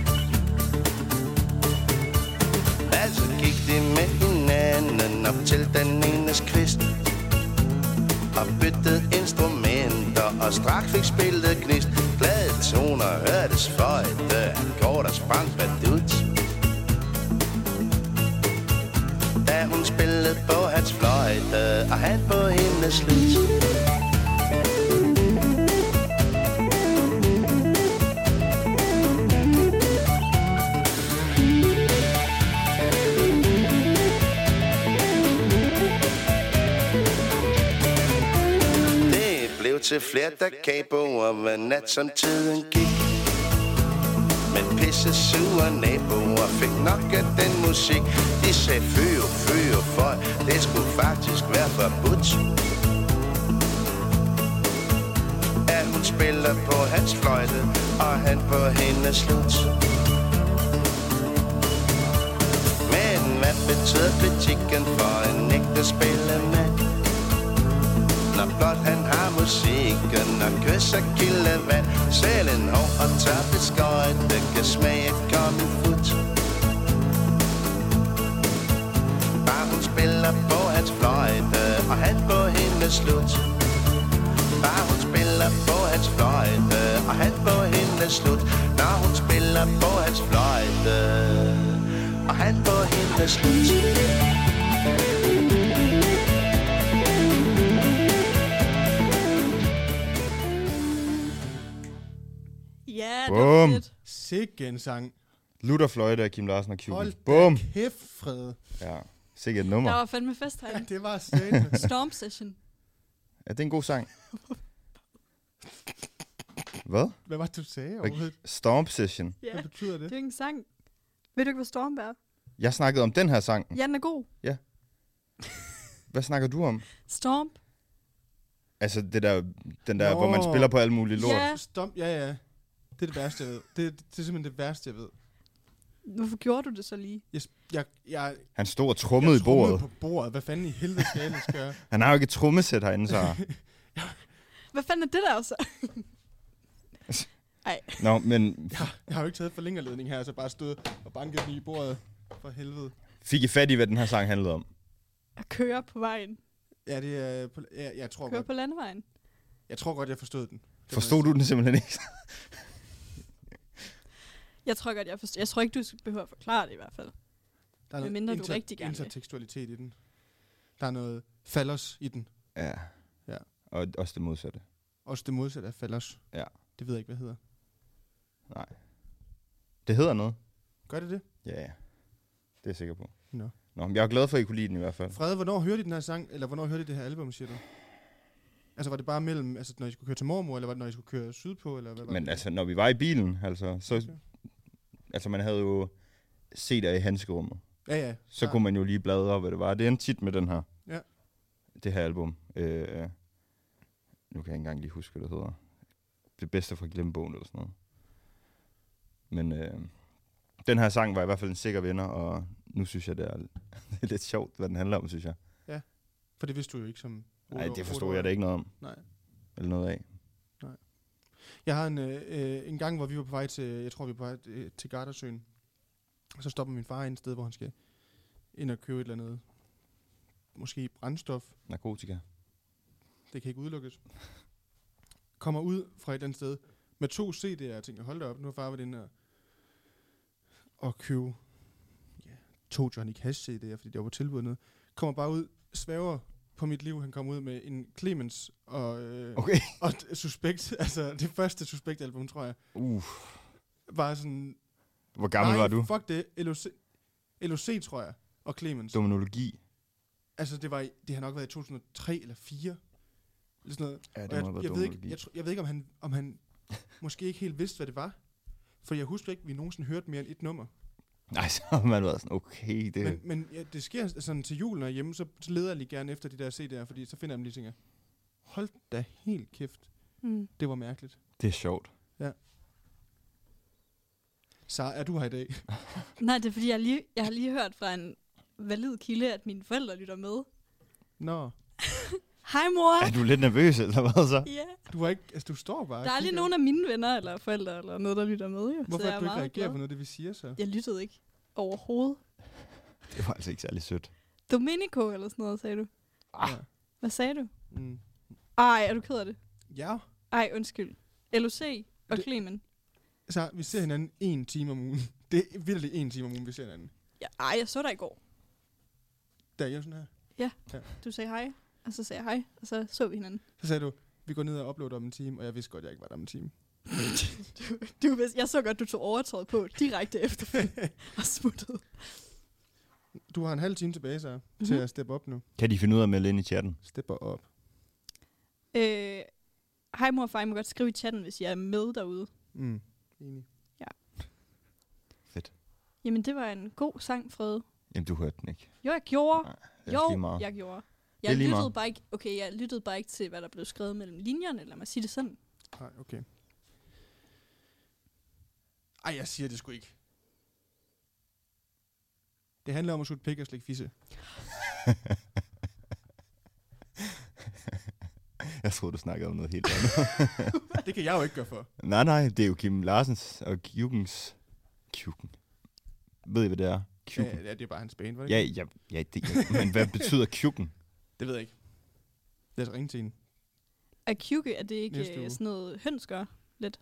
Speaker 7: Altså gik de med hinanden op til den enes kvist og byttede instrumenter, og straks fik spillet gnist. Glade toner hørtes fløjte, akkord og sprang badut. Da hun spillede på hans fløjte, og han på hendes lut. Til flere, der gav boer hver nat, som tiden gik. Men pisse sure naboer fik nok af den musik. De sagde fyr, for det skulle faktisk være forbudt. At hun spiller på hans fløjte, og han på hendes slut. Men hvad betød butikken for en ægte spillemand? Når blot han har musikken og kysser kildevand. Selv en hård og tør beskøjte kan smage komme fut. Bare hun spiller på hans slut. Bare hun spiller på hans fløjte, og han på hendes slut. Når hun spiller på hans fløjte, og han på hendes slut.
Speaker 4: Ja, det
Speaker 2: Bum.
Speaker 4: var fedt.
Speaker 5: Sikke en sang.
Speaker 2: Luther Fløjte af Kim Larsen og Cuban.
Speaker 5: Hold
Speaker 2: Bum.
Speaker 5: da kæft, Fred.
Speaker 2: Ja, sikkert et
Speaker 4: Der
Speaker 2: nummer.
Speaker 4: var fandme fest
Speaker 5: Ja,
Speaker 4: herinde.
Speaker 5: det var sæt.
Speaker 4: Storm Session.
Speaker 2: Ja, det er en god sang. Hvad?
Speaker 5: Hvad var det, du sagde overhovedet?
Speaker 2: Storm Session.
Speaker 4: Ja,
Speaker 5: Hvad betyder det?
Speaker 4: det er ikke en sang. Ved du ikke, hvad Storm er?
Speaker 2: Jeg snakkede om den her sang.
Speaker 4: Ja, den er god.
Speaker 2: Hvad snakker du om?
Speaker 4: Storm.
Speaker 2: Altså det der, den der,
Speaker 5: Nå.
Speaker 2: hvor man spiller på alle mulige lort.
Speaker 4: Ja.
Speaker 5: Stop. Ja. Det er det værste, jeg ved. Det er simpelthen det værste, jeg ved.
Speaker 4: Hvorfor gjorde du det så lige?
Speaker 5: Jeg
Speaker 2: Han stod og trummede i bordet.
Speaker 5: på bordet. Hvad fanden i helvede skal jeg ellers gøre?
Speaker 2: Han har jo ikke et trommesæt herinde, så...
Speaker 4: Hvad fanden er det der også?
Speaker 2: Nå, men
Speaker 5: Jeg har jo ikke taget forlængerledning her, så bare stået og banket den i bordet. For helvede.
Speaker 2: fik I fat i, hvad den her sang handlede om?
Speaker 4: At køre på vejen.
Speaker 5: Ja, det er... Jeg tror
Speaker 4: Køre
Speaker 5: godt,
Speaker 4: på landevejen.
Speaker 5: jeg forstod den.
Speaker 2: Forstod du den simpelthen ikke?
Speaker 4: Jeg tror godt, jeg forstår. Jeg tror ikke, du behøver at forklare det i hvert fald.
Speaker 5: Der er
Speaker 4: Medmindre du rigtig gerne vil.
Speaker 5: intertekstualitet i den. Der er noget fallos i den.
Speaker 2: Ja.
Speaker 5: Ja.
Speaker 2: Og også det modsatte.
Speaker 5: Også det modsatte af fallos.
Speaker 2: Ja.
Speaker 5: Det ved jeg ikke, hvad hedder.
Speaker 2: Nej. Det hedder noget.
Speaker 5: Gør det det?
Speaker 2: Ja, det er jeg sikker på.
Speaker 5: Nå.
Speaker 2: Nå, men jeg er glad for, at I kunne lide den i hvert fald.
Speaker 5: Frede, hvornår hørte I den her sang? Eller hvornår hørte I det her album, siger du? Altså, var det bare mellem, altså, når I skulle køre til mormor, eller var det, når I skulle køre sydpå, eller hvad var
Speaker 2: Men
Speaker 5: det?
Speaker 2: altså, når vi var i bilen, altså, så...
Speaker 5: Okay.
Speaker 2: Altså, man havde jo CD'er i handskerummet.
Speaker 5: Ja.
Speaker 2: Så kunne man jo lige bladre, hvad det var. Det endte tit med den her.
Speaker 5: Ja.
Speaker 2: Det her album. Nu kan jeg ikke engang lige huske, hvad det hedder. Det bedste fra glemmebogen eller sådan noget. Men den her sang var i hvert fald en sikker vinder, og nu synes jeg, det er lidt sjovt, hvad den handler om, synes jeg.
Speaker 5: For det vidste du jo ikke som...
Speaker 2: Nej, det forstod jeg da ikke noget om.
Speaker 5: Nej.
Speaker 2: Eller noget af.
Speaker 5: Jeg har en gang, hvor vi var på vej til, jeg tror vi var på vej til Gardasøen. Så stopper min far et sted, hvor han skal ind og købe et eller andet, måske brændstof.
Speaker 2: Narkotika.
Speaker 5: Det kan ikke udelukkes. Kommer ud fra et eller andet sted med 2 CD'er, og tænker, hold da op, nu har far været inde og købe 2 Johnny Cash CD'er, fordi det var på tilbud noget. Kommer bare ud, svæver på mit liv. Han kom ud med en Clemens og Suspekt, altså det første Suspekt-album, tror jeg. Var sådan...
Speaker 2: Hvor gammel var du?
Speaker 5: Fuck det. LOC, tror jeg, og Clemens.
Speaker 2: Dominologi.
Speaker 5: Altså det har nok været i 2003 eller 4. Eller sådan noget.
Speaker 2: Ja, det må have været
Speaker 5: jeg ved ikke, om han måske ikke helt vidste, hvad det var. For jeg husker ikke, at vi nogensinde hørte mere end et nummer.
Speaker 2: Nej, så har man været sådan, okay, det...
Speaker 5: Men ja, det sker sådan til julen og hjemme, så leder jeg lige gerne efter de der CD'er, fordi så finder jeg dem lige tænker, hold da helt kæft. Det var mærkeligt.
Speaker 2: Det er sjovt.
Speaker 5: Ja. Så er du her i dag?
Speaker 4: Nej, det er fordi, jeg har lige hørt fra en valid kilde, at mine forældre lytter med.
Speaker 5: Nå.
Speaker 4: Hej mor!
Speaker 2: Er du lidt nervøs, eller hvad så?
Speaker 4: Ja.
Speaker 5: Du var ikke, altså du står bare.
Speaker 4: Der er lige nogen af mine venner eller forældre eller noget, der lytter med. Jo.
Speaker 5: Hvorfor
Speaker 4: så
Speaker 5: er du ikke reageret på noget, det vi siger så?
Speaker 4: Jeg lyttede ikke overhovedet.
Speaker 2: Det var altså ikke særlig sødt.
Speaker 4: Domenico eller sådan noget, sagde du.
Speaker 5: Ja.
Speaker 4: Hvad sagde du?
Speaker 5: Mm.
Speaker 4: Ej, er du ked af det?
Speaker 5: Ja.
Speaker 4: Ej, undskyld. LOC og
Speaker 5: Det-
Speaker 4: Clemen.
Speaker 5: Så vi ser hinanden 1 time om ugen. Det er virkelig 1 time om ugen, vi ser hinanden.
Speaker 4: Ja, ej, jeg så dig i går.
Speaker 5: Der er jeg sådan her.
Speaker 4: Du sagde hej, og så sagde jeg hej, og så vi hinanden.
Speaker 5: Så sagde du, vi går ned og uploader om en time, og jeg vidste godt, jeg ikke var der om en time.
Speaker 4: Jeg så godt, du tog overtøjet på direkte efter og smuttede.
Speaker 5: Du har en halv time tilbage, så til at steppe op nu.
Speaker 2: Kan de finde ud af at melde ind i chatten?
Speaker 5: Stepper op.
Speaker 4: Hej mor og far, I må godt skrive i chatten, hvis I er med derude.
Speaker 5: Enig.
Speaker 2: Fedt.
Speaker 4: Jamen, det var en god sang, Frede.
Speaker 2: Jamen, du hørte den ikke.
Speaker 4: Jo, jeg gjorde.
Speaker 2: Nej, det er også lige
Speaker 4: Jo,
Speaker 2: meget.
Speaker 4: jeg gjorde.
Speaker 2: Det er lige meget.
Speaker 4: Jeg lyttede bare ikke til, hvad der blev skrevet mellem linjerne, lad mig sige det sådan.
Speaker 5: Nej, okay. Ej, jeg siger det sgu ikke. Det handler om at sutte pik og slikke fisse.
Speaker 2: Jeg troede, du snakkede om noget helt andet.
Speaker 5: Det kan jeg jo ikke gøre for.
Speaker 2: Nej, det er jo Kim Larsens og Kjukens... Kjuken. Ved I, hvad det er? Kjuken.
Speaker 5: Ja, det er bare hans bane, var det ikke?
Speaker 2: Ja, men hvad betyder Kjuken?
Speaker 5: Det ved jeg ikke. Lad os ringe til hende.
Speaker 4: Er Kjukke, er det ikke sådan noget høns gør lidt?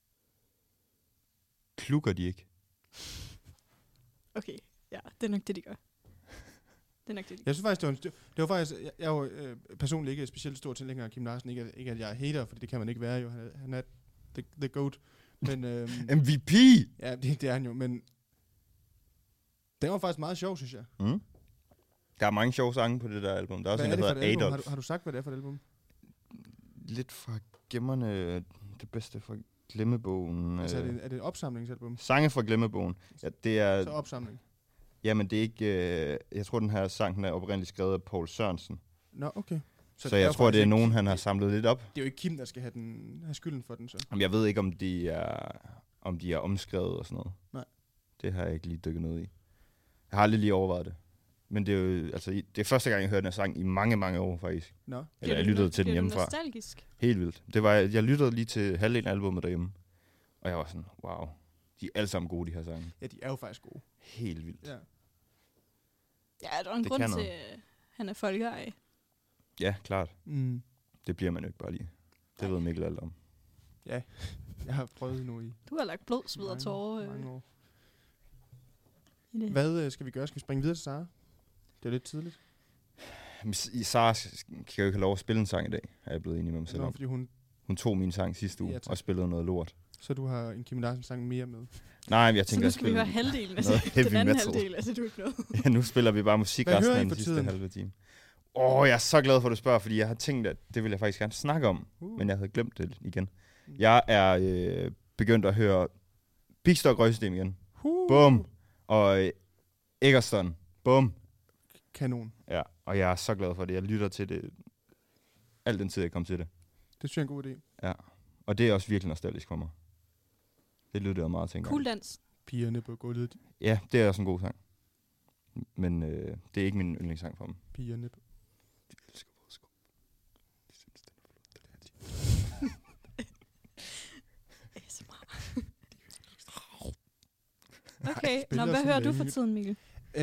Speaker 2: Klukker de ikke?
Speaker 4: Okay, ja, det er nok det, de gør.
Speaker 5: Jeg synes faktisk, det var faktisk, jeg er jo personligt ikke specielt stor tilhænger af Kim Larsen. Ikke at jeg er hater, for det kan man ikke være jo. Han er the GOAT. Men,
Speaker 2: MVP!
Speaker 5: Ja, det er han jo, men det var faktisk meget sjov, synes jeg.
Speaker 2: Mm. Der er mange sjove sange på det der album. Der er også en, der hedder Adolf.
Speaker 5: Har du sagt, hvad det er for et album?
Speaker 2: Lidt fra gemmerne, det bedste fra Glemmebogen.
Speaker 5: Altså, er det et opsamlingsalbum?
Speaker 2: Sange fra Glemmebogen. Ja, det er...
Speaker 5: Så opsamling?
Speaker 2: Jamen, det er ikke... jeg tror, den her sang den er oprindeligt skrevet af Poul Sørensen.
Speaker 5: Nå, okay.
Speaker 2: Så jeg tror, det er nogen, han har samlet lidt op.
Speaker 5: Det er jo ikke Kim, der skal have skylden for den, så.
Speaker 2: Jamen, jeg ved ikke, om de er omskrevet og sådan noget.
Speaker 5: Nej.
Speaker 2: Det har jeg ikke lige dykket ned i. Jeg har aldrig lige overvejet det. Men det er jo, altså, det er første gang, jeg hørte den her sang i mange, mange år, faktisk.
Speaker 5: Nå.
Speaker 2: Eller jeg lyttede til den hjemmefra.
Speaker 4: Det er nostalgisk.
Speaker 2: Helt vildt. Jeg lyttede lige til halvdelen af albumet derhjemme. Og jeg var sådan, wow. De er alle sammen gode, de her sange.
Speaker 5: Ja, de er jo faktisk gode.
Speaker 2: Helt vildt.
Speaker 5: Ja.
Speaker 4: Ja, der er en grund til, han er folkeeje.
Speaker 2: Ja, klart.
Speaker 5: Mm.
Speaker 2: Det bliver man jo ikke bare lige. Det ved Mikkel alt om.
Speaker 5: Ja, jeg har prøvet nu i...
Speaker 4: Du har lagt blod, sved og tårer.
Speaker 5: Mange år. Hvad skal vi gøre? Skal vi springe videre til Sara? Det er lidt tidligt.
Speaker 2: Sara kan jo ikke have lov at spille en sang i dag, er jeg blevet enig med mig selv om.
Speaker 5: Fordi hun
Speaker 2: tog min sang sidste uge og spillede noget lort.
Speaker 5: Så du har en Kim Larsen-sang mere med?
Speaker 2: Nej, jeg tænker
Speaker 4: så nu skal vi høre halvdelen, altså den anden halvdel, altså du ikke noget.
Speaker 2: Ja, nu spiller vi bare musik resten af den sidste halve time. Jeg er så glad for, at du spørger, fordi jeg har tænkt, at det ville jeg faktisk gerne snakke om, men jeg havde glemt det igen. Jeg er begyndt at høre Big Stock Røgsystem igen. Bum! Og Eggerston. Bum!
Speaker 5: Kanon.
Speaker 2: Ja, og jeg er så glad for det. Jeg lytter til det al den tid, jeg kom til det.
Speaker 5: Det synes jeg er en god idé.
Speaker 2: Ja, og det er også virkelig nostalgisk for mig. Det lytter jeg meget til.
Speaker 4: Cool dans.
Speaker 5: Pigerne på gulvet.
Speaker 2: Ja, det er også en god sang. Men det er ikke min yndlingssang for dem.
Speaker 5: Pigerne på...
Speaker 2: De elsker vores sko. De synes, den er
Speaker 4: flot. Okay, hvad hører du for tiden, Mikkel?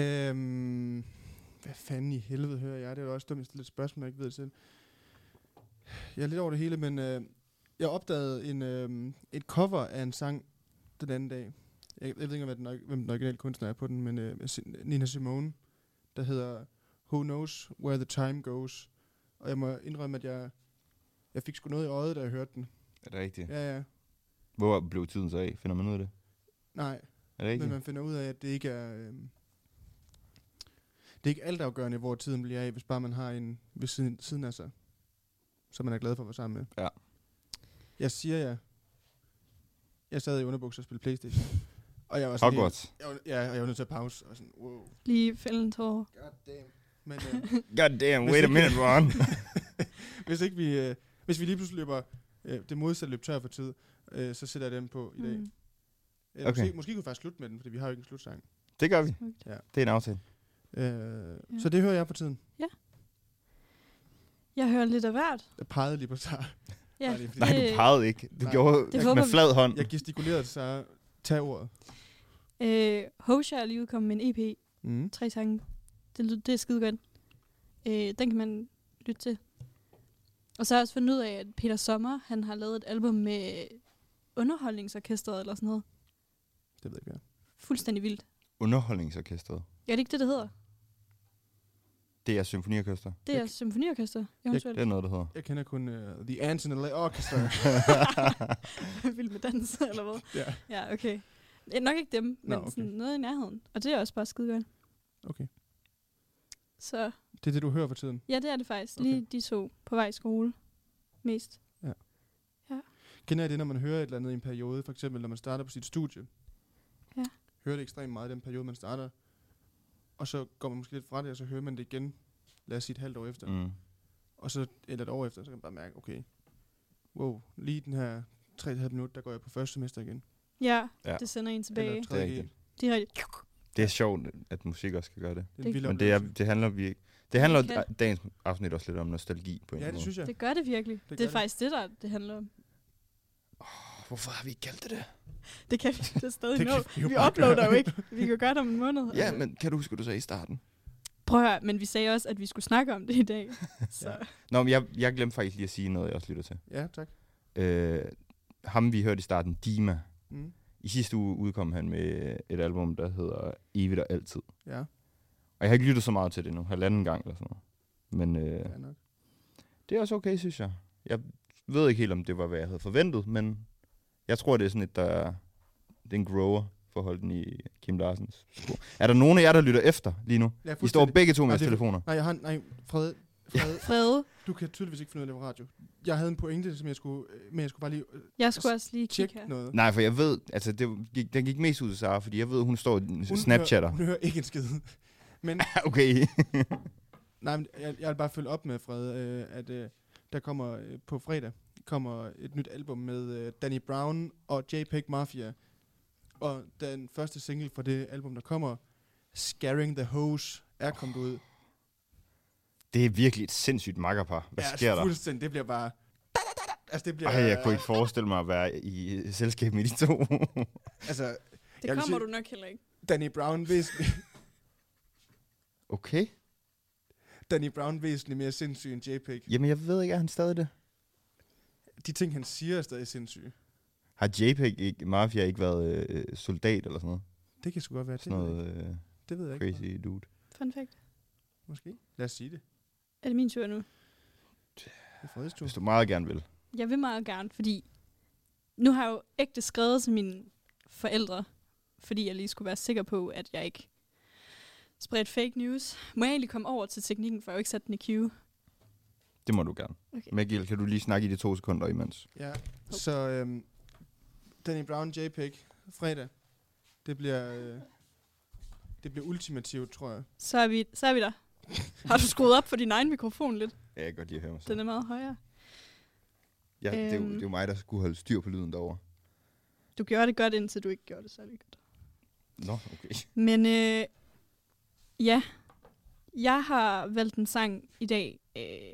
Speaker 5: Hvad fanden i helvede hører jeg? Det er jo også dumt at stille et spørgsmål, jeg ikke ved det selv. Jeg er lidt over det hele, men jeg opdagede et cover af en sang den anden dag. Jeg ved ikke, hvem den originale kunstner er på den, men Nina Simone, der hedder Who Knows Where the Time Goes. Og jeg må indrømme, at jeg fik sgu noget i øjet, da jeg hørte den.
Speaker 2: Er det rigtigt?
Speaker 5: Ja.
Speaker 2: Hvor blev tiden så af? Finder man ud af det?
Speaker 5: Nej,
Speaker 2: er det
Speaker 5: men man finder ud af, at det ikke er... det er ikke altafgørende, hvor tiden bliver af, hvis bare man har en ved siden af sig, som man er glad for at være sammen med.
Speaker 2: Ja.
Speaker 5: Jeg siger jeg sad i underbukser og spillede PlayStation. Og jeg var sådan
Speaker 2: Hogwarts.
Speaker 5: Jeg var nødt til at pause og sådan, wow.
Speaker 4: Lige fælde en tårer.
Speaker 5: God damn. Men,
Speaker 2: God damn, wait a minute, Ron.
Speaker 5: hvis vi lige pludselig løber det modsatte løb tør for tid, så sætter jeg dem på i dag. Okay. Måske kunne vi faktisk slutte med den, fordi vi har jo ikke en slutsang.
Speaker 2: Det gør vi.
Speaker 5: Ja.
Speaker 2: Det er en aftale.
Speaker 5: Så det hører jeg for tiden.
Speaker 4: Ja. Jeg hører lidt af hvert.
Speaker 5: Jeg pegede lige på Sara.
Speaker 4: Ja.
Speaker 2: Nej, du pegede ikke. Du gjorde med flad hånd.
Speaker 5: Jeg gestikulerede til Sara. Tag ordet.
Speaker 4: Hosha er lige udkommet med en EP. 3 sange. Det er skide godt. Den kan man lytte til. Og så har jeg også fundet ud af, at Peter Sommer, han har lavet et album med Underholdningsorkestret eller sådan noget.
Speaker 5: Det ved jeg ikke.
Speaker 4: Fuldstændig vildt.
Speaker 2: Underholdningsorkestret?
Speaker 4: Ja, det er ikke det hedder.
Speaker 2: Det er symfoniorkester?
Speaker 4: Det er symfoniorkester, eventuelt.
Speaker 2: Det er noget, der hedder.
Speaker 5: Jeg kender kun The Ants in the Orchestra.
Speaker 4: Vild med dans, eller hvad?
Speaker 5: Ja.
Speaker 4: Ja, okay. Nok ikke dem, men okay. Sådan noget i nærheden. Og det er også bare skide godt.
Speaker 5: Okay.
Speaker 4: Så.
Speaker 5: Det er det, du hører for tiden?
Speaker 4: Ja, det er det faktisk. Okay. Lige de to på vej i skole. Mest.
Speaker 5: Ja.
Speaker 4: Ja.
Speaker 5: Kender jeg det, når man hører et eller andet i en periode? For eksempel, når man starter på sit studie.
Speaker 4: Ja.
Speaker 5: Hører det ekstremt meget i den periode, man starter. Og så går man måske lidt fra det, og så hører man det igen. Lad os sige et halvt år efter.
Speaker 2: Mm.
Speaker 5: Og så eller et år efter, så kan man bare mærke, okay. Wow, lige den her 3,5 minutter, der går jeg på første semester igen.
Speaker 4: Ja, det sender en tilbage.
Speaker 5: Eller 3.
Speaker 2: Det er sjovt, at musik også skal gøre det. Men det handler dagens afsnit også lidt om nostalgi på en måde.
Speaker 5: Ja, det synes jeg.
Speaker 4: Det gør det virkelig. Det er faktisk det handler om.
Speaker 2: Hvorfor har vi ikke kaldt det?
Speaker 4: Det kan vi det stadig nå. Vi uploader jo ikke. Vi kan gøre det om en måned.
Speaker 2: Ja, men kan du huske, hvad du sagde i starten?
Speaker 4: Prøv at høre, men vi sagde også, at vi skulle snakke om det i dag. Så.
Speaker 2: Nå, men jeg glemte faktisk lige at sige noget, jeg også lytter til.
Speaker 5: Ja, tak.
Speaker 2: Ham vi hørte i starten, Dima.
Speaker 5: Mm.
Speaker 2: I sidste uge udkom han med et album, der hedder Evigt og Altid.
Speaker 5: Ja.
Speaker 2: Og jeg har ikke lyttet så meget til det nu, 1,5 gang eller sådan noget. Men
Speaker 5: nok.
Speaker 2: det er også okay, synes jeg. Jeg ved ikke helt, om det var, hvad jeg havde forventet, men jeg tror, det er sådan et, det er en grower for at holde den i Kim Larsens spor. Er der nogen af jer, der lytter efter lige nu?
Speaker 5: Ja,
Speaker 2: I står begge to med jeres telefoner.
Speaker 5: Nej,
Speaker 4: Frede.
Speaker 5: Du kan tydeligvis ikke finde ud af det på radio. Jeg havde en pointe, som jeg skulle bare lige...
Speaker 4: Jeg skulle også lige
Speaker 5: tjekke
Speaker 4: kigge her.
Speaker 5: noget.
Speaker 2: Nej, for jeg ved, altså den gik mest ud til Sara, fordi jeg ved, hun står og snapchatter.
Speaker 5: Hun hører ikke en skid. Men
Speaker 2: okay.
Speaker 5: nej, men jeg vil bare følge op med, Fred, at der kommer på fredag et nyt album med Danny Brown og JPEG Mafia. Og den første single fra det album, der kommer, Scaring the Hose, er kommet ud.
Speaker 2: Det er virkelig et sindssygt makkerpar. Hvad sker der?
Speaker 5: Fuldstændig. Det bliver bare... Altså, det bliver...
Speaker 2: Ej, jeg kunne ikke forestille mig at være i selskab med de to.
Speaker 5: Altså...
Speaker 4: Det kommer du nok heller ikke.
Speaker 5: Danny Brown væsentligt...
Speaker 2: Okay.
Speaker 5: Danny Brown væsentligt mere sindssyg end JPEG.
Speaker 2: Jamen, jeg ved ikke, er han stadig det?
Speaker 5: De ting, han siger, er stadig sindssyge.
Speaker 2: Har JPEG Mafia ikke været soldat eller sådan noget?
Speaker 5: Det kan sgu godt være.
Speaker 2: Sådan noget
Speaker 5: det ved jeg ikke.
Speaker 2: crazy dude.
Speaker 4: Fun fact.
Speaker 5: Måske. Lad os sige det.
Speaker 4: Er det min tur nu?
Speaker 5: Det er Freds tur.
Speaker 2: Hvis du meget gerne vil.
Speaker 4: Jeg vil meget gerne, fordi nu har jeg jo ægte skrevet til mine forældre, fordi jeg lige skulle være sikker på, at jeg ikke spredte fake news. Må jeg egentlig komme over til teknikken, for jeg har jo ikke sat den i queue?
Speaker 2: Det må du gerne.
Speaker 4: Okay.
Speaker 2: Magil, kan du lige snakke i de 2 sekunder imens?
Speaker 5: Ja, så Danny Brown JPEG fredag. Det bliver ultimativt, tror jeg.
Speaker 4: Så er vi der. Har du skruet op for din egen mikrofon lidt?
Speaker 2: Ja, jeg kan godt lide at høre mig selv.
Speaker 4: Den er meget højere.
Speaker 2: Ja, det er jo mig, der skulle holde styr på lyden derovre.
Speaker 4: Du gjorde det godt, indtil du ikke gjorde det særlig godt.
Speaker 2: Nå, okay.
Speaker 4: Men ja, jeg har valgt en sang i dag,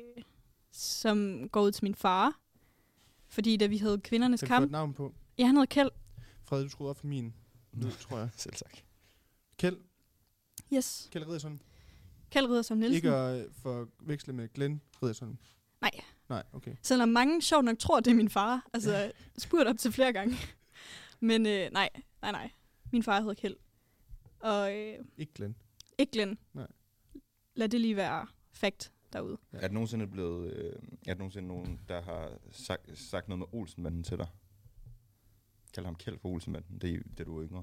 Speaker 4: som går ud til min far. Fordi da vi havde kvindernes
Speaker 5: Kan du få
Speaker 4: kamp...
Speaker 5: et navn på?
Speaker 4: Ja, han hedder Kjeld.
Speaker 5: Fred, du skruede op for min lyd, tror jeg.
Speaker 2: Selv tak.
Speaker 5: Kjeld
Speaker 4: Yes.
Speaker 5: Riddersson.
Speaker 4: Kjeld Riddersson Nielsen.
Speaker 5: Ikke at forveksle med Glenn Riddersson. Nej, okay.
Speaker 4: Selvom mange sjovt nok tror, det er min far. Altså, spurgt op til flere gange. Men nej. Min far hedder Kjeld. Og
Speaker 5: Ikke Glenn.
Speaker 4: ikke Glenn.
Speaker 5: Nej.
Speaker 4: Lad det lige være fact derude.
Speaker 2: Ja. Er der nogensinde nogen, der har sagt noget med Olsenbanden til dig? Kalder ham Kjeld for Olsenbanden, det du var yngre.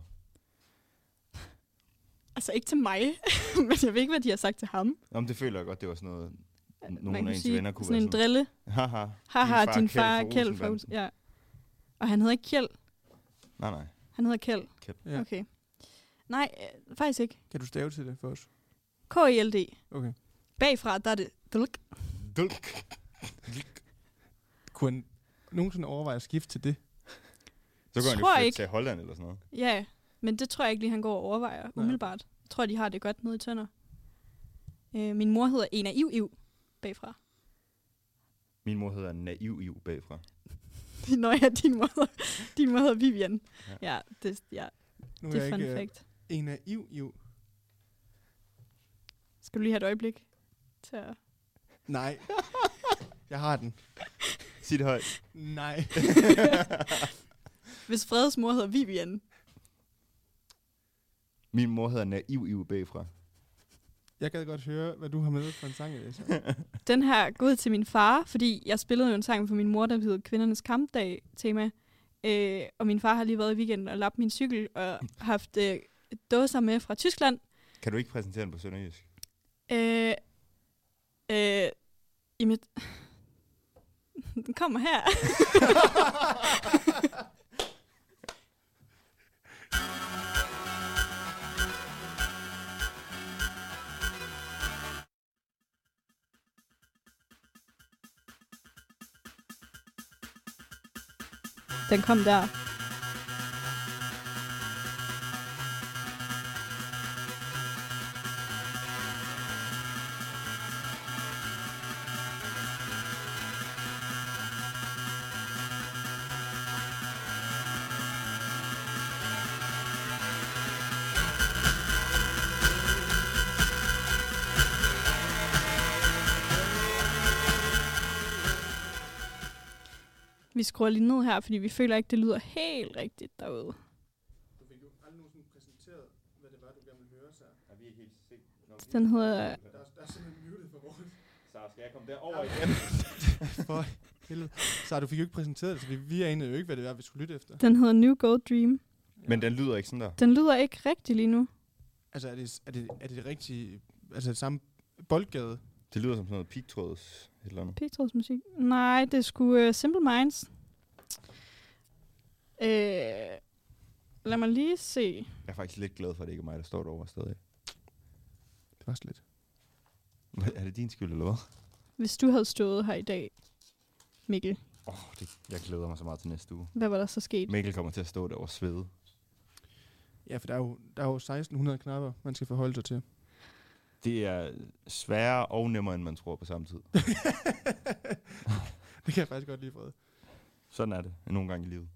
Speaker 4: Altså ikke til mig, men jeg ved ikke, hvad de har sagt til ham.
Speaker 2: Nå, men det føler jeg godt, det var sådan noget, nogle af ens
Speaker 4: sige,
Speaker 2: venner kunne
Speaker 4: sådan
Speaker 2: være
Speaker 4: en drille.
Speaker 2: Haha,
Speaker 4: Din far er Kjeld for
Speaker 2: Olsenbanden.
Speaker 4: ja. Og han hedder ikke Kjeld.
Speaker 2: Nej.
Speaker 4: Han hedder Kjeld.
Speaker 5: Ja.
Speaker 4: Okay. Nej, faktisk ikke.
Speaker 5: Kan du stave til det for os?
Speaker 4: K-I-L-D.
Speaker 5: Okay.
Speaker 4: Bagfra, der er det dulk.
Speaker 5: Kunne han nogensinde overveje at skifte til det?
Speaker 2: Så går han jo
Speaker 4: Tror
Speaker 2: flytte
Speaker 4: ikke.
Speaker 2: til Holland eller sådan noget.
Speaker 4: Ja, men det tror jeg ikke lige, han går og overvejer umiddelbart. Jeg tror, de har det godt nede i Tønder. Min mor hedder Ena Iv bagfra.
Speaker 2: Min mor hedder Naiv bagfra.
Speaker 4: Nå ja, din mor hedder Vivian. Ja, det er
Speaker 5: Nu
Speaker 4: fun
Speaker 5: ikke
Speaker 4: fact.
Speaker 5: en af Iv.
Speaker 4: Skal du lige have et øjeblik til at...
Speaker 5: Nej. Jeg har den.
Speaker 2: Sig det højt.
Speaker 5: Nej.
Speaker 4: Hvis Freds mor hedder Vivian.
Speaker 2: Min mor hedder Naiv bagfra.
Speaker 5: Jeg gad godt høre, hvad du har med for en sang, Elisa.
Speaker 4: Den her går ud til min far, fordi jeg spillede jo en sang for min mor, der hedder Kvindernes Kampdag tema. Og min far har lige været i weekenden og lappet min cykel og haft dåser med fra Tyskland.
Speaker 2: Kan du ikke præsentere den på sønderjysk?
Speaker 4: Jamen, den kommer her. Den kom der. skruer lige ned her, fordi vi føler ikke, det lyder helt rigtigt derude.
Speaker 5: Du fik jo aldrig nogensinde præsenteret, hvad det var, du gerne ville høre, så.
Speaker 2: Ja, vi er helt sikre.
Speaker 4: Den hedder...
Speaker 5: Der er simpelthen muted for vores.
Speaker 2: Så skal jeg komme derover igen?
Speaker 5: For helvede. Så du fik jo ikke præsenteret det, så vi anede jo ikke, hvad det var, vi skulle lytte efter.
Speaker 4: Den hedder New Gold Dream.
Speaker 2: Men den lyder ikke sådan der.
Speaker 4: Den lyder ikke rigtig lige nu.
Speaker 5: Altså, er det rigtige, altså det samme boldgade?
Speaker 2: Det lyder som sådan noget pigtråds et eller andet.
Speaker 4: Pigtrådsmusik? Nej, det skulle Simple Minds. Lad mig lige se.
Speaker 2: Jeg er faktisk lidt glad for, at det ikke er mig, der står derovre stadig.
Speaker 5: Det var lidt.
Speaker 2: Er det din skyld, eller hvad?
Speaker 4: Hvis du havde stået her i dag, Mikkel.
Speaker 2: Jeg glæder mig så meget til næste uge.
Speaker 4: Hvad var der så sket?
Speaker 2: Mikkel kommer til at stå derovre og svede.
Speaker 5: Ja, for der er jo 1600 knapper, man skal forholde sig til.
Speaker 2: Det er sværere og nemmere, end man tror på samme tid.
Speaker 5: Det kan jeg faktisk godt lide, Fred.
Speaker 2: Sådan er det nogle gange i livet.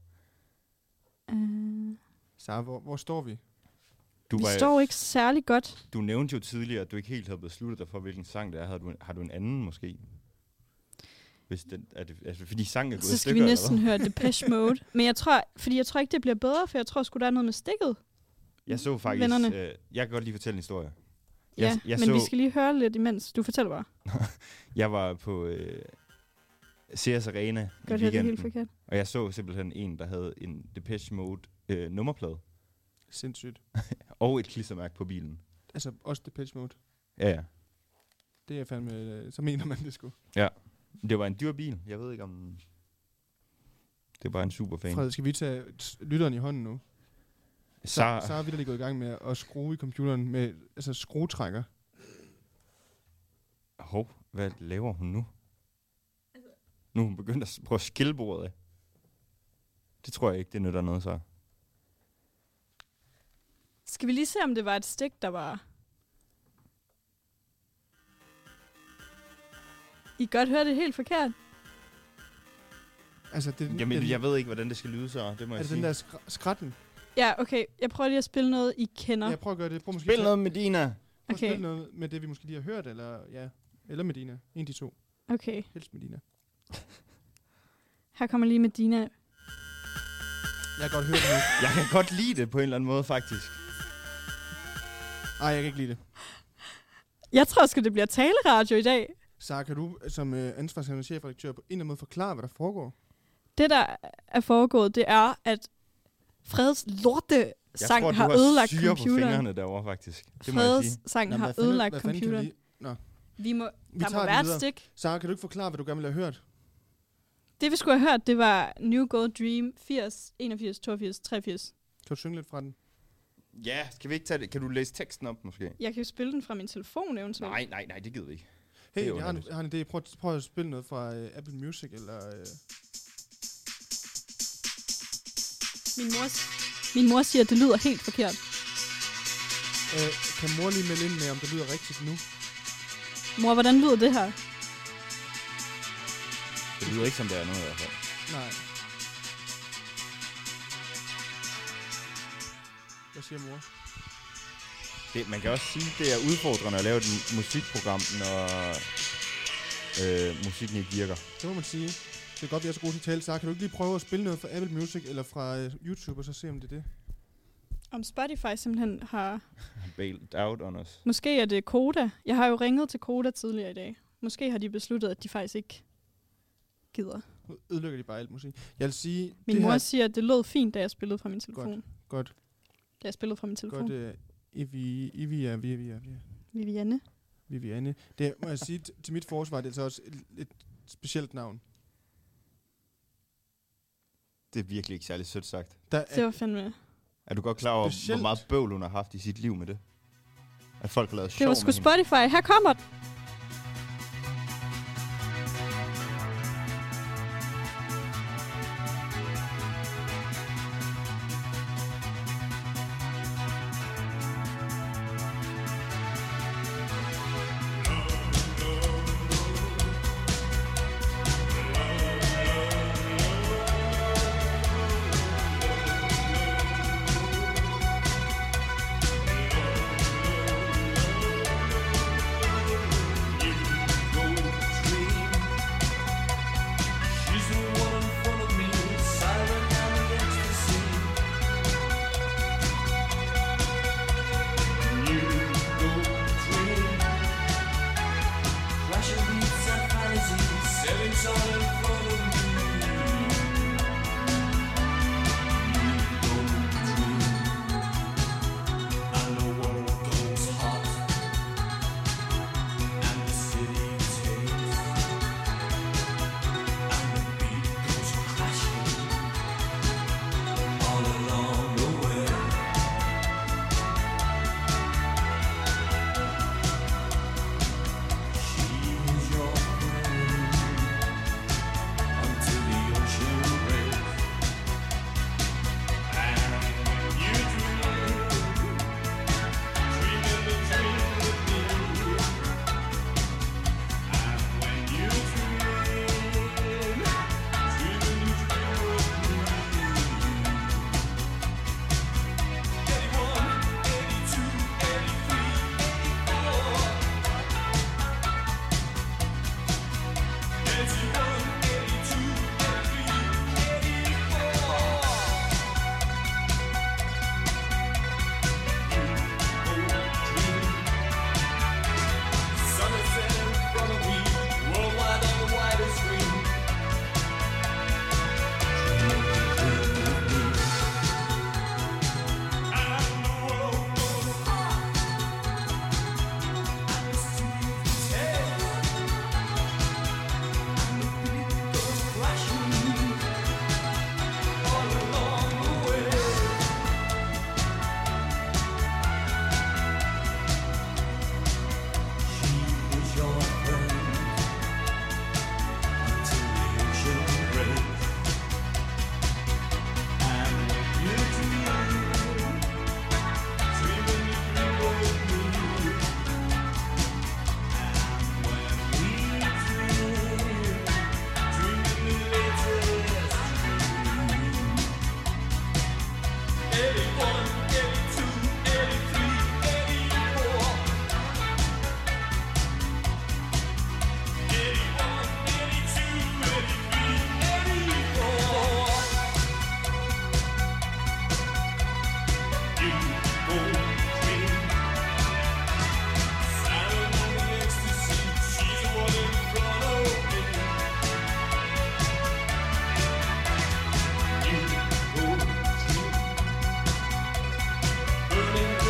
Speaker 5: Så hvor står vi?
Speaker 4: Vi står ikke særlig godt.
Speaker 2: Du nævnte jo tidligere, at du ikke helt havde besluttet dig for, hvilken sang det er. Har du en anden måske? Hvis den, altså, fordi sangen er gået
Speaker 4: så skal vi næsten høre Depeche Mode. Men jeg tror ikke, det bliver bedre, for jeg tror sgu, der er noget med stikket.
Speaker 2: Jeg så faktisk... jeg kan godt lige fortælle en historie.
Speaker 4: Ja, men vi skal lige høre lidt imens. Du fortæller bare.
Speaker 2: Jeg var på Sears Arena i weekenden, helt forkert. Og jeg så simpelthen en, der havde en Depeche Mode nummerplade.
Speaker 5: Sindssygt.
Speaker 2: Og et klistermærke på bilen.
Speaker 5: Altså også Depeche Mode?
Speaker 2: Ja.
Speaker 5: Det er fandme... Så mener man det sgu.
Speaker 2: Ja. Det var en dyr bil. Jeg ved ikke om... Det var en super fan.
Speaker 5: Fred, skal vi tage lytteren i hånden nu? Så er vi da lige gået i gang med at skrue i computeren med skruetrækker.
Speaker 2: Hvad laver hun nu? Nu er hun begyndt at prøve at skille bordet af. Det tror jeg ikke, det nytter noget så.
Speaker 4: Skal vi lige se, om det var et stik, der var... I kan godt høre det helt forkert.
Speaker 5: Altså,
Speaker 2: jeg ved ikke, hvordan det skal lyde så. Det må jeg sige.
Speaker 5: Er det den der skratten?
Speaker 4: Ja, okay. Jeg prøver lige at spille noget, I kender.
Speaker 5: Ja, prøv at gøre det.
Speaker 2: Spil noget med Dina.
Speaker 5: Okay. Spil noget med det, vi måske lige har hørt, eller med Dina. En af de to.
Speaker 4: Okay.
Speaker 5: Helst med Dina.
Speaker 4: Her kommer lige med Dina.
Speaker 5: Jeg kan godt høre det nu.
Speaker 2: Jeg kan godt lide det på en eller anden måde, faktisk.
Speaker 5: Ej, jeg kan ikke lide det.
Speaker 4: Jeg tror sgu, det bliver taleradio i dag.
Speaker 5: Så kan du som ansvarshavende chefredaktør på en eller anden måde forklare, hvad der foregår?
Speaker 4: Det, der er foregået, det er, at Freds lorte-sang har ødelagt computeren. Jeg tror, du har syre på fingrene
Speaker 2: derovre, faktisk.
Speaker 4: Det Freds sang har ødelagt computeren. Der må være et stik.
Speaker 5: Sara, kan du ikke forklare, hvad du gerne ville have hørt?
Speaker 4: Det, vi skulle have hørt, det var New Gold Dream 80, 81, 82, 83.
Speaker 5: Kan du synge lidt fra den?
Speaker 2: Ja, skal vi ikke tage det? Kan du læse teksten op, måske?
Speaker 4: Jeg kan jo spille den fra min telefon, eventuelt.
Speaker 2: Nej, det gider vi ikke.
Speaker 5: Hey, jeg har en idé. Prøv at spille noget fra Apple Music, eller...
Speaker 4: Min mor siger, at det lyder helt forkert.
Speaker 5: Kan mor lige melde ind med, om det lyder rigtigt nu?
Speaker 4: Mor, hvordan lyder det her?
Speaker 2: Det lyder ikke, som det er noget i hvert fald.
Speaker 5: Nej. Hvad siger mor?
Speaker 2: Man kan også sige, at det er udfordrende at lave et musikprogram, når musikken ikke virker.
Speaker 5: Det må man sige. Det er godt, vi er så gode til at tale. Så kan du ikke lige prøve at spille noget fra Apple Music eller fra YouTube, og så se, om det er det?
Speaker 4: Om Spotify simpelthen har...
Speaker 2: bailed out on us.
Speaker 4: Måske er det Koda. Jeg har jo ringet til Koda tidligere i dag. Måske har de besluttet, at de faktisk ikke gider.
Speaker 5: Ødelægger de bare alt musik. Jeg vil sige...
Speaker 4: Min mor siger, at det lød fint, da jeg spillede fra min telefon.
Speaker 5: Godt.
Speaker 4: Da jeg spillede fra min telefon.
Speaker 5: Godt. Viviane. Det må jeg sige til mit forsvar, det er så også et specielt navn.
Speaker 2: Det er virkelig ikke særlig sødt sagt.
Speaker 4: Det var fandme...
Speaker 2: Er du godt klar over, hvor meget bøvl hun har haft i sit liv med det? At folk har lavet sjov
Speaker 4: med hende. Det var sgu Spotify. Her kommer det.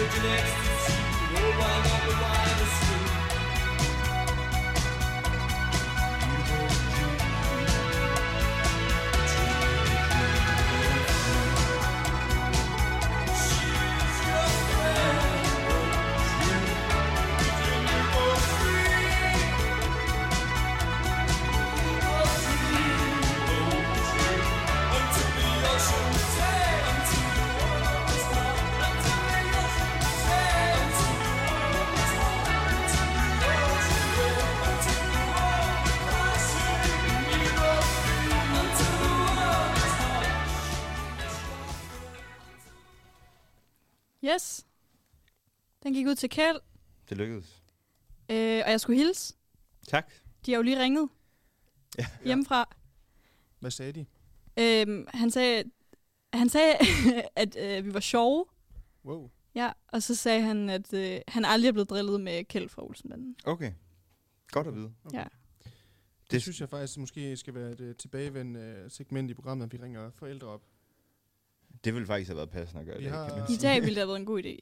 Speaker 4: Yes. Den gik ud til Kjeld.
Speaker 2: Det lykkedes.
Speaker 4: Og jeg skulle hilse.
Speaker 2: Tak.
Speaker 4: De har jo lige ringet hjemmefra.
Speaker 5: Hvad sagde de?
Speaker 4: Han sagde, at vi var sjove.
Speaker 5: Wow.
Speaker 4: Ja, og så sagde han, at han aldrig er blevet drillet med Kjeld fra Olsenbanden.
Speaker 2: Okay. Godt at vide.
Speaker 5: Okay.
Speaker 4: Ja.
Speaker 5: Det synes jeg faktisk måske skal være et tilbagevendende segment i programmet, at vi ringer forældre op.
Speaker 2: Det ville faktisk have været passende at gøre det.
Speaker 4: I dag ville det have været en god idé.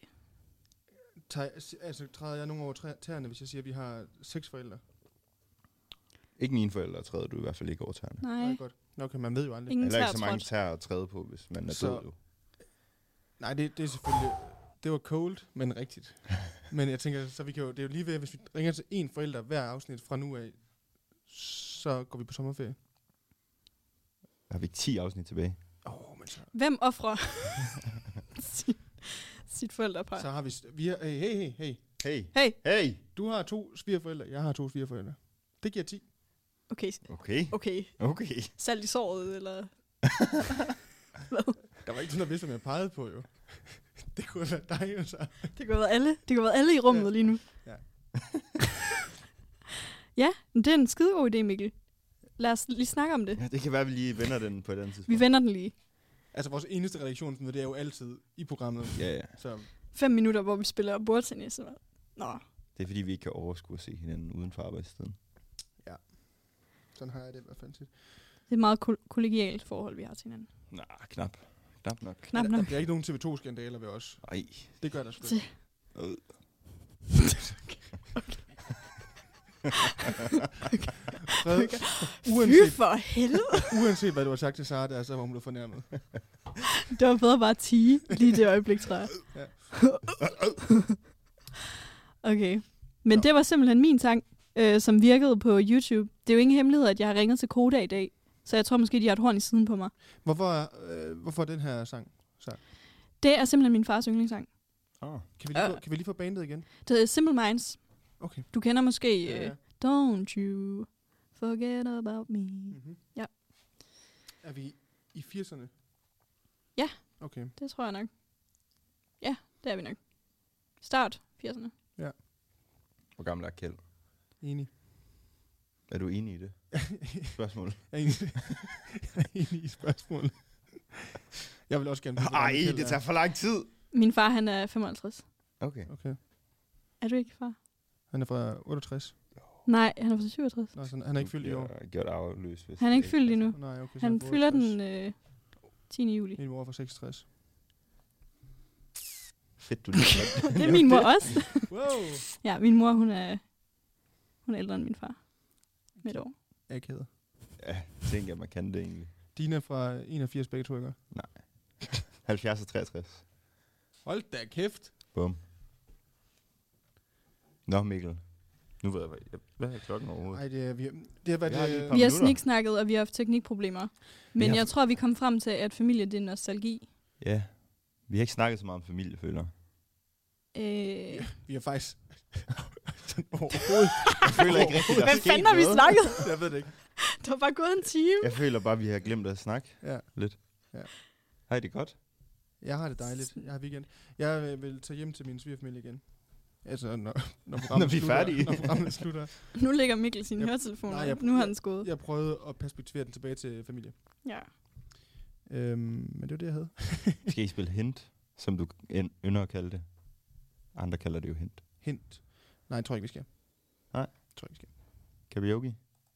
Speaker 5: Træder jeg nogle over tæerne, hvis jeg siger, at vi har 6 forældre?
Speaker 2: Ikke mine forældre træder du i hvert fald ikke over tæerne.
Speaker 4: Nej.
Speaker 5: Godt. Okay, man ved jo aldrig.
Speaker 4: Ingen
Speaker 2: Heller ikke så
Speaker 4: tær
Speaker 2: mange tæer at træde på, hvis man er
Speaker 5: Så-
Speaker 2: død. Jo.
Speaker 5: Nej, det er selvfølgelig... Det var cold, men rigtigt. Men jeg tænker, så vi kan jo... Det er jo lige ved, hvis vi ringer til en forælder hver afsnit fra nu af, så går vi på sommerferie.
Speaker 2: Har vi 10 afsnit tilbage?
Speaker 5: Men så...
Speaker 4: Hvem offrer sit forældrepar?
Speaker 5: Så har vi har, hey.
Speaker 2: Hey!
Speaker 5: Du har 2 svigerforældre, jeg har 2 svigerforældre. Det giver 10.
Speaker 2: Okay.
Speaker 4: Salt i såret, eller...
Speaker 5: Der var ikke sådan, der vidste, hvad jeg pegede på, jo. Det kunne være dig, jo så.
Speaker 4: Det kunne være alle i rummet lige nu.
Speaker 5: Ja.
Speaker 4: Ja, men det er en skidegod idé, Mikkel. Lad os lige snakke om det.
Speaker 2: Ja, det kan være, at vi lige vender den på et andet tidspunkt.
Speaker 4: Vi vender den lige.
Speaker 5: Altså, vores eneste redaktionsmøde, det er jo altid i programmet.
Speaker 2: Ja.
Speaker 5: Så
Speaker 4: 5 minutter, hvor vi spiller bordtennis. Nå.
Speaker 2: Det er fordi, vi ikke kan overskue at se hinanden uden for arbejdstiden.
Speaker 5: sådan har jeg det i hvert fald tit.
Speaker 4: Det er et meget kollegialt forhold, vi har til hinanden.
Speaker 2: Nej, knap nok.
Speaker 4: Knap
Speaker 5: Der
Speaker 4: nok.
Speaker 5: bliver ikke nogen TV2-skandaler ved os.
Speaker 2: Ej.
Speaker 5: Det gør der sgu ikke. Fred,
Speaker 4: Fy for helvede.
Speaker 5: uanset hvad du har sagt til Sara, der, så var hun blevet fornærmet.
Speaker 4: Det var bedre bare at tige lige det øjeblik, tror jeg.
Speaker 5: Ja.
Speaker 4: Okay. Men det var simpelthen min sang, som virkede på YouTube. Det er jo ingen hemmelighed, at jeg har ringet til Koda i dag. Så jeg tror måske, de har et horn i siden på mig.
Speaker 5: Hvorfor den her sang?
Speaker 4: Det er simpelthen min fars yndlingssang.
Speaker 5: Kan vi lige få bandet igen?
Speaker 4: Det er Simple Minds.
Speaker 5: Okay.
Speaker 4: Du kender måske
Speaker 5: Ja.
Speaker 4: Don't You Forget About Me.
Speaker 5: Mm-hmm.
Speaker 4: Ja.
Speaker 5: Er vi i 80'erne?
Speaker 4: Ja.
Speaker 5: Okay.
Speaker 4: Det tror jeg nok. Ja, det er vi nok. Start 80'erne.
Speaker 2: Hvor gammel er Kjeld?
Speaker 5: Enig.
Speaker 2: Er du enig i det? Spørgsmål.
Speaker 5: Jeg er enig i spørgsmålet. Jeg vil også gerne vide,
Speaker 2: Ej, det tager for lang tid.
Speaker 4: Min far, han er 55.
Speaker 2: Okay.
Speaker 4: Er du ikke, far?
Speaker 5: Han er fra 68.
Speaker 4: Nej, han er fra 67.
Speaker 5: Nå, så han er ikke fyldt i år.
Speaker 2: Jeg har gjort afløs. Hvis
Speaker 4: Han er ikke fyldt endnu.
Speaker 5: Nej, okay,
Speaker 4: Han
Speaker 5: så
Speaker 4: fylder
Speaker 5: 68.
Speaker 4: den 10. juli.
Speaker 5: Min mor er fra 66.
Speaker 2: Fedt, du lige
Speaker 4: Det er min mor også.
Speaker 5: Wow!
Speaker 4: Ja, min mor, hun er ældre end min far. Med et år.
Speaker 5: Akavet.
Speaker 2: Ja, tænker jeg, man kan det egentlig.
Speaker 5: Dina fra 81 begge to, ikke?
Speaker 2: 70 og 63.
Speaker 5: Hold da kæft.
Speaker 2: Bum. Nå, Mikkel. Nu ved jeg, hvad er klokken overhovedet?
Speaker 5: Ej, det har været...
Speaker 2: Vi har lige et par
Speaker 4: Vi har
Speaker 2: minutter.
Speaker 4: sniksnakket, og vi har haft teknikproblemer. Men
Speaker 2: har-
Speaker 4: jeg tror, vi kom frem til, at familie, det er nostalgi.
Speaker 2: Ja. Vi har ikke snakket så meget om familie, føler jeg.
Speaker 5: Vi har faktisk... overhovedet...
Speaker 2: Jeg føler ikke rigtig, der er
Speaker 4: Hvad
Speaker 2: sket
Speaker 4: fanden har vi
Speaker 2: noget.
Speaker 4: snakket?
Speaker 5: Jeg ved det ikke.
Speaker 4: Det var bare gået en time.
Speaker 2: Jeg føler bare, vi har glemt at snakke
Speaker 5: Ja.
Speaker 2: lidt.
Speaker 5: Ja.
Speaker 2: Hej, det er godt.
Speaker 5: Jeg har det dejligt. Jeg har weekend. Jeg vil tage hjem til min svigerfamilie igen. Altså, når
Speaker 2: Når
Speaker 5: programmet
Speaker 2: vi er
Speaker 5: slutter.
Speaker 2: færdige.
Speaker 5: Når programmet slutter.
Speaker 4: Nu lægger Mikkel sine
Speaker 5: Jeg-
Speaker 4: høretelefoner.
Speaker 5: nej,
Speaker 4: Nu har han skåret.
Speaker 5: Jeg prøvede at perspektivere den tilbage til familie.
Speaker 4: Ja.
Speaker 5: Men det var det, jeg havde.
Speaker 2: Skal I spille hint, som du ynder at kalde det? Andre kalder det jo hint.
Speaker 5: Hint. Nej, jeg tror ikke, vi skal.
Speaker 2: Nej?
Speaker 5: Jeg tror ikke, vi skal.
Speaker 2: Karaoke?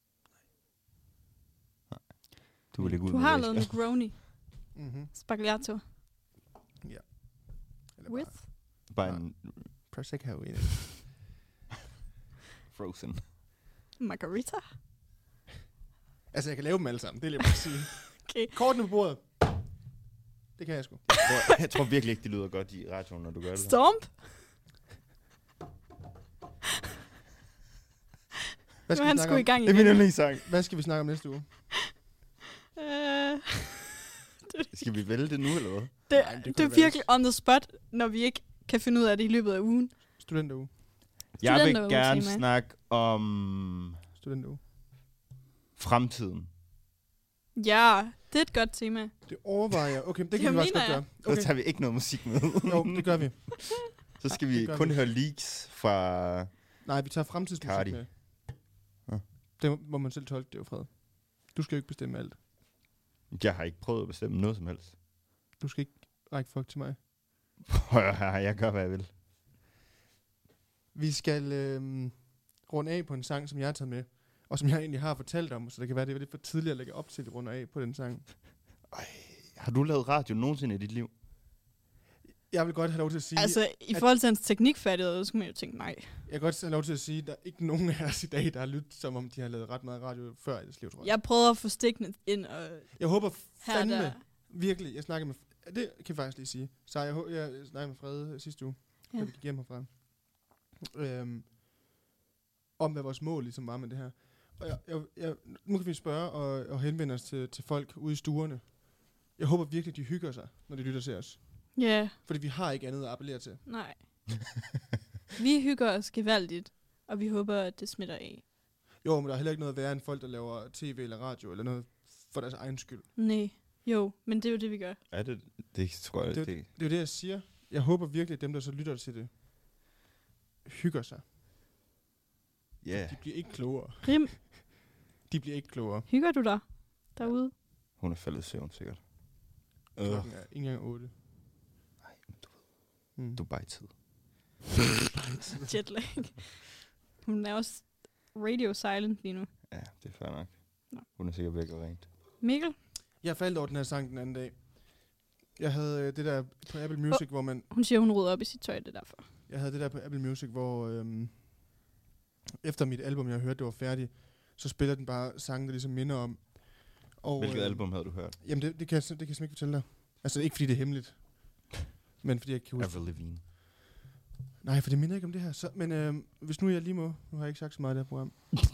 Speaker 2: Nej. Du vil ikke ud
Speaker 4: Du
Speaker 2: med
Speaker 4: har
Speaker 2: det,
Speaker 4: lavet
Speaker 2: ikke?
Speaker 4: Negroni.
Speaker 5: Mm-hmm.
Speaker 4: Spagliato.
Speaker 5: Eller
Speaker 4: With?
Speaker 2: Bare en
Speaker 5: Prosecco i det.
Speaker 2: frozen.
Speaker 4: Margarita?
Speaker 5: Altså, jeg kan lave dem alle sammen. Det vil jeg bare sige.
Speaker 4: Okay.
Speaker 5: Kortene på bordet. Det kan jeg sgu.
Speaker 2: Jeg tror virkelig ikke, det lyder godt i radioen, når du gør det.
Speaker 4: Stomp?
Speaker 5: Hvad
Speaker 4: Nu er han sgu i gang
Speaker 2: Det er
Speaker 4: igen.
Speaker 2: min yndlingssang.
Speaker 5: Hvad skal vi snakke om næste uge?
Speaker 2: Skal vi vælge det nu, eller hvad?
Speaker 4: Det er virkelig on the spot, når vi ikke kan finde ud af det i løbet af ugen.
Speaker 5: Studenteruge.
Speaker 2: Jeg vil
Speaker 4: Studenteruge,
Speaker 2: gerne
Speaker 4: tema.
Speaker 2: snakke om
Speaker 5: Studenteruge.
Speaker 2: fremtiden.
Speaker 4: Ja, det er et godt tema.
Speaker 5: Det overvejer jeg. Okay, det kan
Speaker 4: Det
Speaker 5: vi også
Speaker 4: mener
Speaker 5: godt gøre.
Speaker 2: Så
Speaker 5: Okay.
Speaker 2: tager vi ikke noget musik med.
Speaker 5: Jo, det gør vi.
Speaker 2: Så skal vi
Speaker 5: det gør
Speaker 2: kun
Speaker 5: vi.
Speaker 2: høre leaks fra...
Speaker 5: Nej, vi tager fremtidsmusik
Speaker 2: Cardi.
Speaker 5: med.
Speaker 2: Ja.
Speaker 5: Det må man selv tolke, det er jo Fred. Du skal jo ikke bestemme alt.
Speaker 2: Jeg har ikke prøvet at bestemme noget som helst.
Speaker 5: Du skal ikke række fuck til mig.
Speaker 2: Jeg gør, hvad jeg vil.
Speaker 5: Vi skal runde af på en sang, som jeg har taget med. Og som jeg egentlig har fortalt om, så det kan være, det er lidt for tidligt at lægge op til, at runde af på den sang.
Speaker 2: Har du lavet radio nogensinde i dit liv?
Speaker 5: Jeg vil godt have lov til at sige...
Speaker 4: Altså, i forhold til hans teknikfærdighed, så skulle man jo tænke, nej.
Speaker 5: Jeg kan godt have lov til at sige, at der er ikke nogen af os i dag, der har lyttet, som om de har lavet ret meget radio før i deres liv, tror jeg.
Speaker 4: Jeg prøvede at få stikkene ind, og
Speaker 5: Jeg håber
Speaker 4: her
Speaker 5: fandme,
Speaker 4: der...
Speaker 5: virkelig, jeg snakkede med... Det kan jeg faktisk lige sige. Så jeg snakkede med Frede sidste uge, da vi gik hjem herfra. Om hvad vores mål ligesom var med det her. Og nu kan vi spørge og henvende os til folk ude i stuerne. Jeg håber virkelig, de hygger sig, når de lytter til os.
Speaker 4: Ja,
Speaker 5: Fordi vi har ikke andet at appellere til.
Speaker 4: nej. Vi hygger os gevaldigt, og vi håber, at det smitter af.
Speaker 5: Jo, men der er heller ikke noget værre end folk, der laver tv eller radio, eller noget for deres egen skyld.
Speaker 4: Nej, jo, men det er jo det, vi gør.
Speaker 2: Er det? Det tror jeg
Speaker 5: Det
Speaker 2: ikke.
Speaker 5: er jo det, jeg siger. Jeg håber virkelig, at dem, der så lytter til det, hygger sig.
Speaker 2: Ja.
Speaker 5: De bliver ikke klogere.
Speaker 4: Rim,
Speaker 5: De bliver ikke klogere.
Speaker 4: hygger du dig derude?
Speaker 2: Hun er faldet i søvn, sikkert.
Speaker 5: Klokken er ikke engang 8.
Speaker 2: Nej, men du ved. Dubai-tid.
Speaker 4: Jetlag. Hun er også radio silent lige nu.
Speaker 2: Ja, det er fair nok.
Speaker 4: Nå.
Speaker 2: Hun er sikkert virkelig rent.
Speaker 4: Mikkel,
Speaker 5: Jeg faldt over den her sang den anden dag. Jeg havde det der på Apple Music, hvor man...
Speaker 4: hun siger, hun rydder op i sit tøj, det er derfor.
Speaker 5: Jeg havde det der på Apple Music, hvor efter mit album, jeg hørte, det var færdigt, så spiller den bare sange, der ligesom minder om. Og,
Speaker 2: Hvilket album havde du hørt?
Speaker 5: Jamen, det kan jeg simpelthen ikke fortælle dig. Altså, ikke fordi det er hemmeligt, men fordi jeg kan huske...
Speaker 2: Avril Lavigne.
Speaker 5: Nej, for det minder ikke om det her. Så, men hvis nu jeg lige må... Nu har jeg ikke sagt så meget i det her program.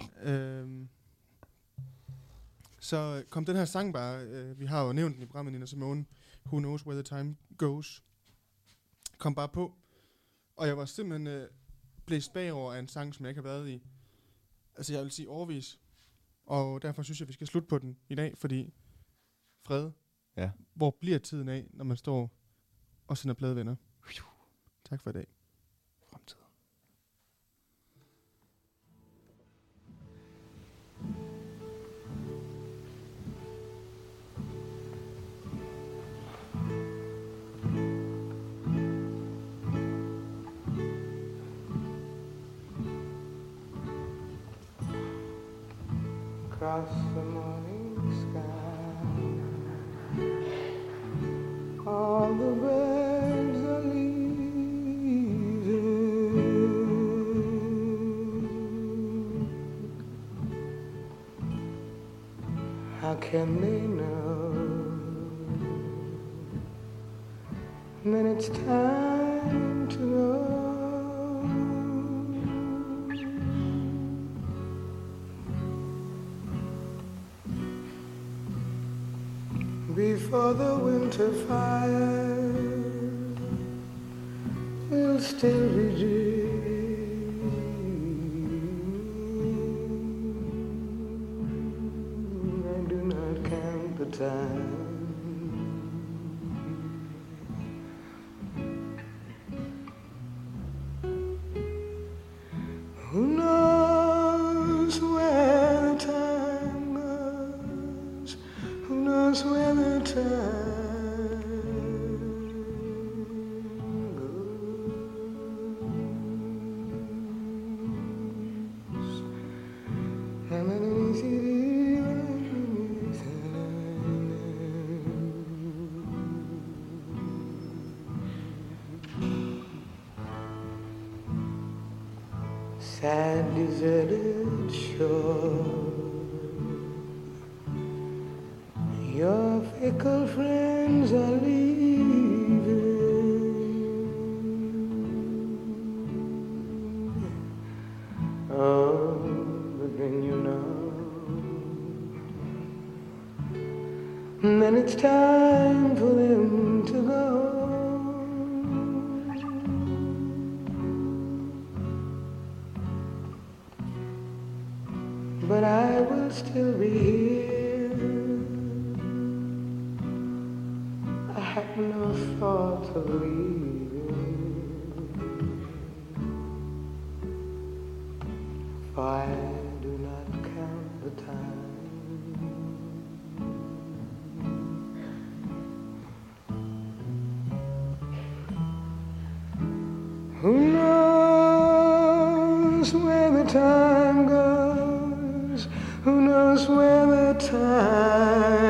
Speaker 5: Så kom den her sang bare... vi har jo nævnt den i programmet, Nina Simone. Who Knows Where the Time Goes. Kom bare på. Og jeg var simpelthen blæst bagover af en sang, som jeg ikke har været i. Altså, jeg vil sige årvis. Og derfor synes jeg, vi skal slutte på den i dag, fordi... Fred.
Speaker 2: Ja.
Speaker 5: Hvor bliver tiden af, når man står og sender pladevenner? Tak for i dag.
Speaker 2: Fremtiden.
Speaker 6: Across the morning sky, all the birds are leaving. How can they know when it's time to go? Before the winter fire will still be dream. I do not count the time. Who knows where the time goes? Who knows where the time goes? that deserted shore. Your fickle friends are leaving. Oh, but then you know, then it's time for them to go. But I will still be here. I have no thought of leaving, for I do not count the time. Who knows where the time goes? Who knows where the time